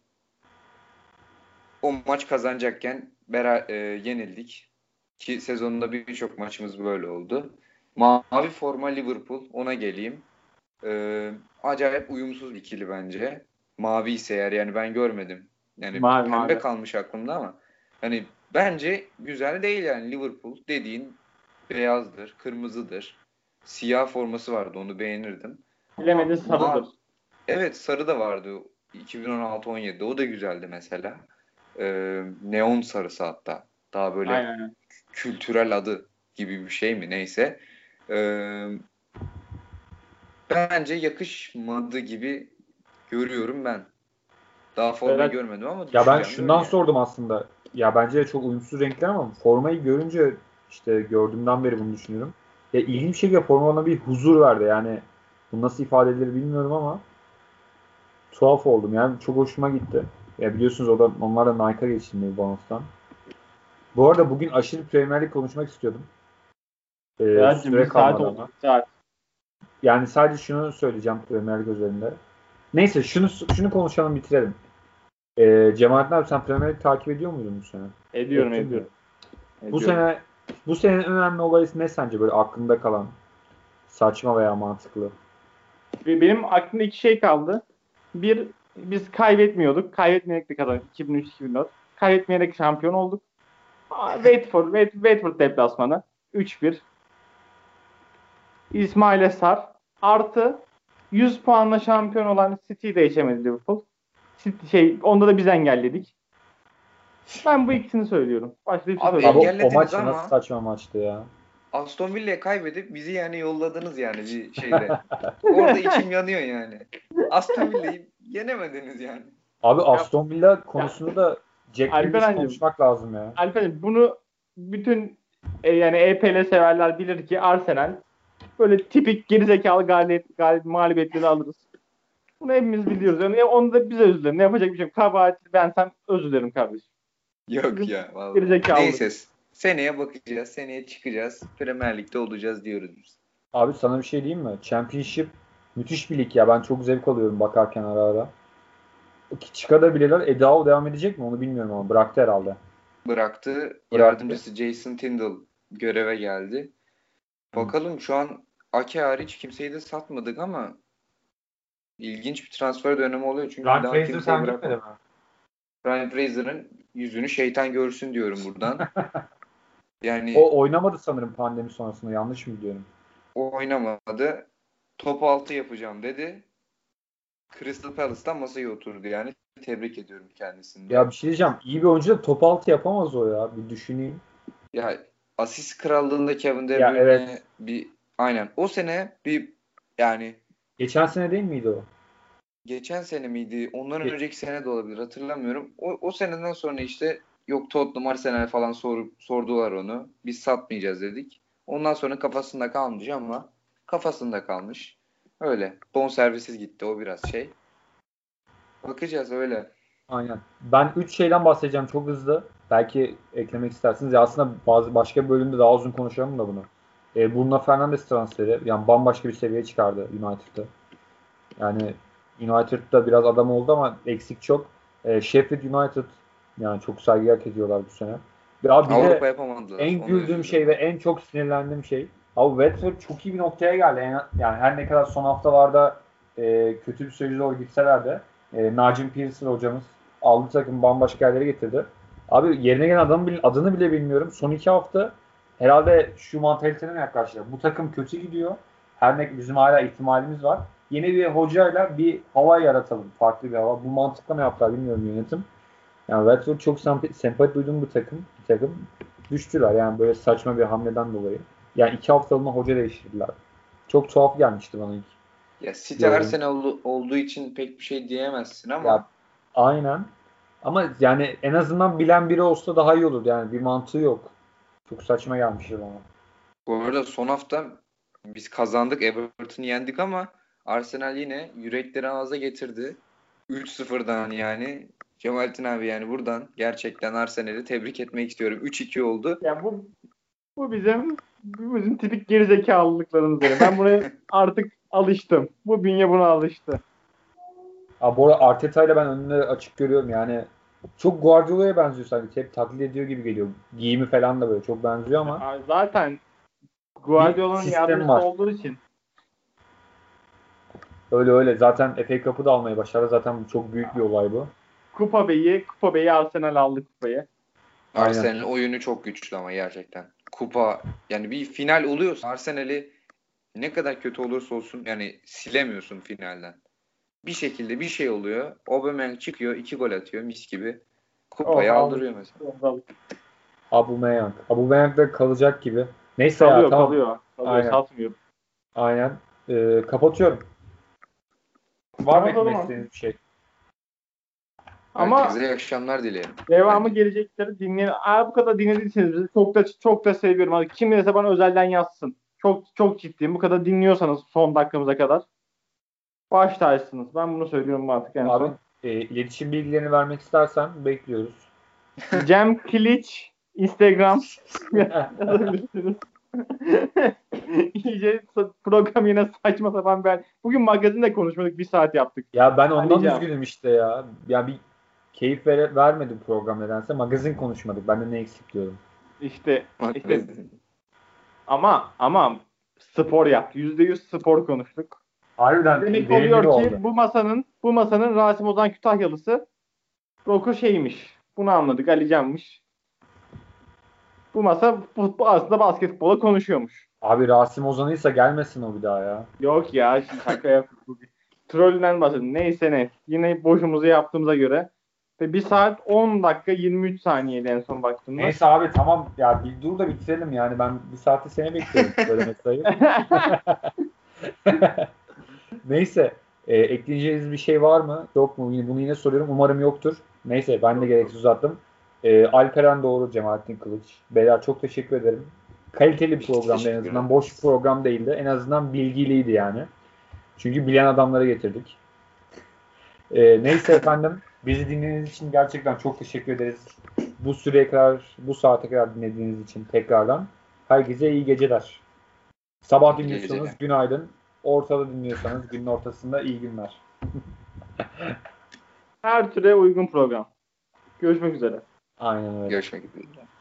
O maç kazanacakken yenildik. Ki sezonunda birçok maçımız böyle oldu. Mavi forma Liverpool. Ona geleyim. Acayip uyumsuz bir ikili bence. Mavi ise eğer yani ben görmedim. Yani pembe Mavi. kalmış aklımda ama hani bence güzel değil yani Liverpool dediğin beyazdır, kırmızıdır. Siyah forması vardı onu beğenirdim. Bilemedin Ama sarıdır. evet sarı da vardı 2016-17'de o da güzeldi mesela. Neon sarısı hatta. Daha böyle Aynen. kültürel adı gibi bir şey mi neyse. Bence yakışmadı gibi görüyorum ben. Daha formayı Berat, görmedim ama Ya ben düşüncem böyle şundan yani. sordum aslında. Ya bence de çok uyumsuz renkler ama formayı görünce işte gördüğümden beri bunu düşünüyorum. Ya ilginç bir şekilde forma bana bir huzur verdi. Yani bu nasıl ifade edilir bilmiyorum ama tuhaf oldum. Yani çok hoşuma gitti. Ya biliyorsunuz onlar da Nike'a geçilmiyor bonustan. Bu arada bugün aşırı Premier Lig konuşmak istiyordum. Berat'cığım Süre bir saat kalmadı oldu. ama. Bir saat. Yani sadece şunu söyleyeceğim Premier Lig üzerinde. Neyse şunu konuşalım bitirelim. Cemalettin abi sen Premier Lig takip ediyor muydun bu sene? Ediyorum Ettin mi? ediyorum. Bu sene bu senenin önemli olayı ne sence böyle aklında kalan? Saçma veya mantıklı. Benim aklımda iki şey kaldı. Bir, biz kaybetmiyorduk. Kaybetmeyerek de kazandık. 2003-2004. Kaybetmeyerek şampiyon olduk. Watford deplasmanı. 3-1. İsmail Sar. Artı 100 puanla şampiyon olan City'yi de geçemedi Liverpool. Onda da biz engelledik. Ben bu ikisini söylüyorum. Başka hiçbir şey Abi söylemiyorum. Abi o maç engellediniz ama nasıl saçma maçtı ya. Aston Villa'ya kaybedip bizi yani yolladınız yani bir şeyde. Orada içim yanıyor yani. Aston Villa'yı yenemediniz yani. Abi Ya, Aston Villa konusunu da Jack Grealish Alperen'cim, konuşmak lazım ya. Alper'cim bunu bütün yani EPL severler bilir ki Arsenal böyle tipik gerizekalı mağlubiyetleri alırız. Bunu hepimiz biliyoruz. Yani onu da bize özür dilerim. Ne yapacak bir şey yok. Kabahati bensem özür dilerim kardeşim. Yok ya vallahi. Gerizekalı. Neyse seneye bakacağız. Seneye çıkacağız. Premier Lig'de olacağız diyoruz biz. Abi sana bir şey diyeyim mi? Championship müthiş bir lig ya. Ben çok zevk alıyorum bakarken ara ara. Çıkabilirler. Edao devam edecek mi? Onu bilmiyorum ama bıraktı herhalde. Bıraktı. Yardımcısı Jason Tindall göreve geldi. Bakalım şu an Ake hariç kimseyi de satmadık ama ilginç bir transfer dönemi oluyor. Çünkü Ryan daha Fraser kimseyi sen gitmedi bırakmadı. mi? Ryan Fraser'ın yüzünü şeytan görsün diyorum buradan. Yani O oynamadı sanırım pandemi sonrasında. Yanlış mı biliyorum? o oynamadı. Top 6 yapacağım dedi. Crystal Palace'tan masaya oturdu yani. Tebrik ediyorum kendisini Ya de. bir şey diyeceğim. İyi bir oyuncu da top altı yapamaz o ya. Bir düşüneyim. Ya asist krallığında Kevin De Ya evet. Bruyne aynen o sene bir yani Geçen sene değil miydi o? geçen sene miydi? Ondan Ge- önceki sene de olabilir. Hatırlamıyorum. O seneden sonra işte yok Tottenham Arsenal falan sordular onu. Biz satmayacağız dedik. Ondan sonra kafasında kalmış ama kafasında kalmış. Öyle. Bonservisiz gitti. O biraz şey. Bakacağız öyle. Aynen. Ben 3 şeyden bahsedeceğim çok hızlı. Belki eklemek istersiniz. Ya aslında başka bir bölümde daha uzun konuşalım da bunu. Bruno Fernandes transferi yani bambaşka bir seviyeye çıkardı United'ı. Yani United'da biraz adam oldu ama eksik çok. Sheffield United yani çok saygı hak ediyorlar bu sene. Ya bir de Avrupa yapamadılar. en Ona güldüğüm üzüldüm şey ve ben. en çok sinirlendiğim şey abi Watford çok iyi bir noktaya geldi. Yani her ne kadar son haftalarda kötü bir sürece doğru gitseler de Nigel Pearson hocamız aldı takımı bambaşka yerlere getirdi. Abi yerine gelen adını bile bilmiyorum. Son 2 hafta herhalde şu mantaliteden yaklaştılar. Bu takım kötü gidiyor. Her ne bizim hala ihtimalimiz var. Yeni bir hocayla bir hava yaratalım. Farklı bir hava. Bu mantıkla mı yaptılar bilmiyorum yönetim. Yani Watford çok sempati duyduğum bir takım. Düştüler yani böyle saçma bir hamleden dolayı. Yani 2 haftalığına hoca değiştirdiler. Çok tuhaf gelmişti bana ilk. Ya City Gördüm. Arsenal olduğu için pek bir şey diyemezsin Ya ama aynen. Ama yani en azından bilen biri olsa daha iyi olur. Yani bir mantığı yok. Çok saçma gelmişti bana. bu arada son hafta biz kazandık. Everton'u yendik ama Arsenal yine yürekleri ağza getirdi. 3-0'dan yani. Cemalettin abi yani buradan gerçekten Arsenal'i tebrik etmek istiyorum. 3-2 oldu. Ya bu bizim tipik gerizekalılıklarımız yani. Ben buraya artık alıştım. Bu bünye buna alıştı. Bu arada Arteta'yla ben önünde açık görüyorum yani. Çok Guardiola'ya benziyor sanki. Hep taklit ediyor gibi geliyor. Giyimi falan da böyle çok benziyor ama Zaten bir Guardiola'nın sistem yardımcısı var. olduğu için Öyle öyle. Zaten FA Cup'ı da almayı başardı. Zaten çok büyük bir olay bu. Kupa Bey'i Arsenal aldı kupayı. Aynen. Arsenal'in oyunu çok güçlü ama gerçekten. Kupa yani bir final oluyorsa Arsenal'i ne kadar kötü olursa olsun yani silemiyorsun finalden. Bir şekilde bir şey oluyor. Aubameyang çıkıyor, 2 gol atıyor mis gibi. Oh Kupayı aldık. aldırıyor mesela. Aldık. Aubameyang. Aubameyang da kalacak gibi. Neyse ya Kalıyor, tamam. kalıyor. Kalıyor, Aynen. satmıyor. Aynen. Kapatıyorum. Var mı Tamam o eklemek zaman. istediğiniz bir şey? Ama Herkese iyi akşamlar dilerim. devamı Bence. gelecekleri dinleyin. Eğer bu kadar dinlediyseniz bizi çok da seviyorum. Hadi kim neyse bana özelden yazsın. Çok çok ciddiyim. Bu kadar dinliyorsanız son dakikamıza kadar Baş tacısınız. Ben bunu söylüyorum artık en Abi son. iletişim bilgilerini vermek istersen bekliyoruz. Cem Kiliç Instagram yazabilirsiniz. İyice program yine saçma sapan ben. Bugün magazinde konuşmadık. 1 saat yaptık. Ya ben ondan Halilcan. üzgünüm işte ya. Ya bir keyif vermedi program nedense. Magazin konuşmadık. Ben de ne eksik diyorum. İşte Magazin. ama spor yap. %100 spor konuştuk. Harbiden Demek verimli oluyor oldu. ki bu masanın Rasim Ozan Kütahyalısı Roku şeymiş. Bunu anladık. Ali Can'mış. Bu masa aslında basketbola konuşuyormuş. Abi Rasim Ozan'ıysa gelmesin o bir daha ya. Yok ya şimdi şaka yaptık bugün. Trollden bahsedin. Neyse ne. Yine boşumuzu yaptığımıza göre. Ve 1 saat 10 dakika 23 saniyeydi en son baktığımda. Neyse abi tamam ya bir dur da bitirelim yani ben bir saati seni bekliyorum böyle sayı. Neyse ekleyeceğiniz bir şey var mı? Yok mu? Bunu yine soruyorum. Umarım yoktur. Neyse ben de gereksiz uzattım. Alperen Doğru, Cemalettin Kılıç. Beyler çok teşekkür ederim. Kaliteli bir programdı en azından. Boş bir program değildi. En azından bilgiliydi yani. Çünkü bilen adamları getirdik. Neyse efendim. Bizi dinlediğiniz için gerçekten çok teşekkür ederiz. Bu süreye kadar, bu saate kadar dinlediğiniz için tekrardan. Herkese iyi geceler. Sabah İyi dinliyorsanız geceler. günaydın. Ortada dinliyorsanız günün ortasında iyi günler. Her türe uygun program. Görüşmek üzere. Aynen öyle. Görüşmek üzere.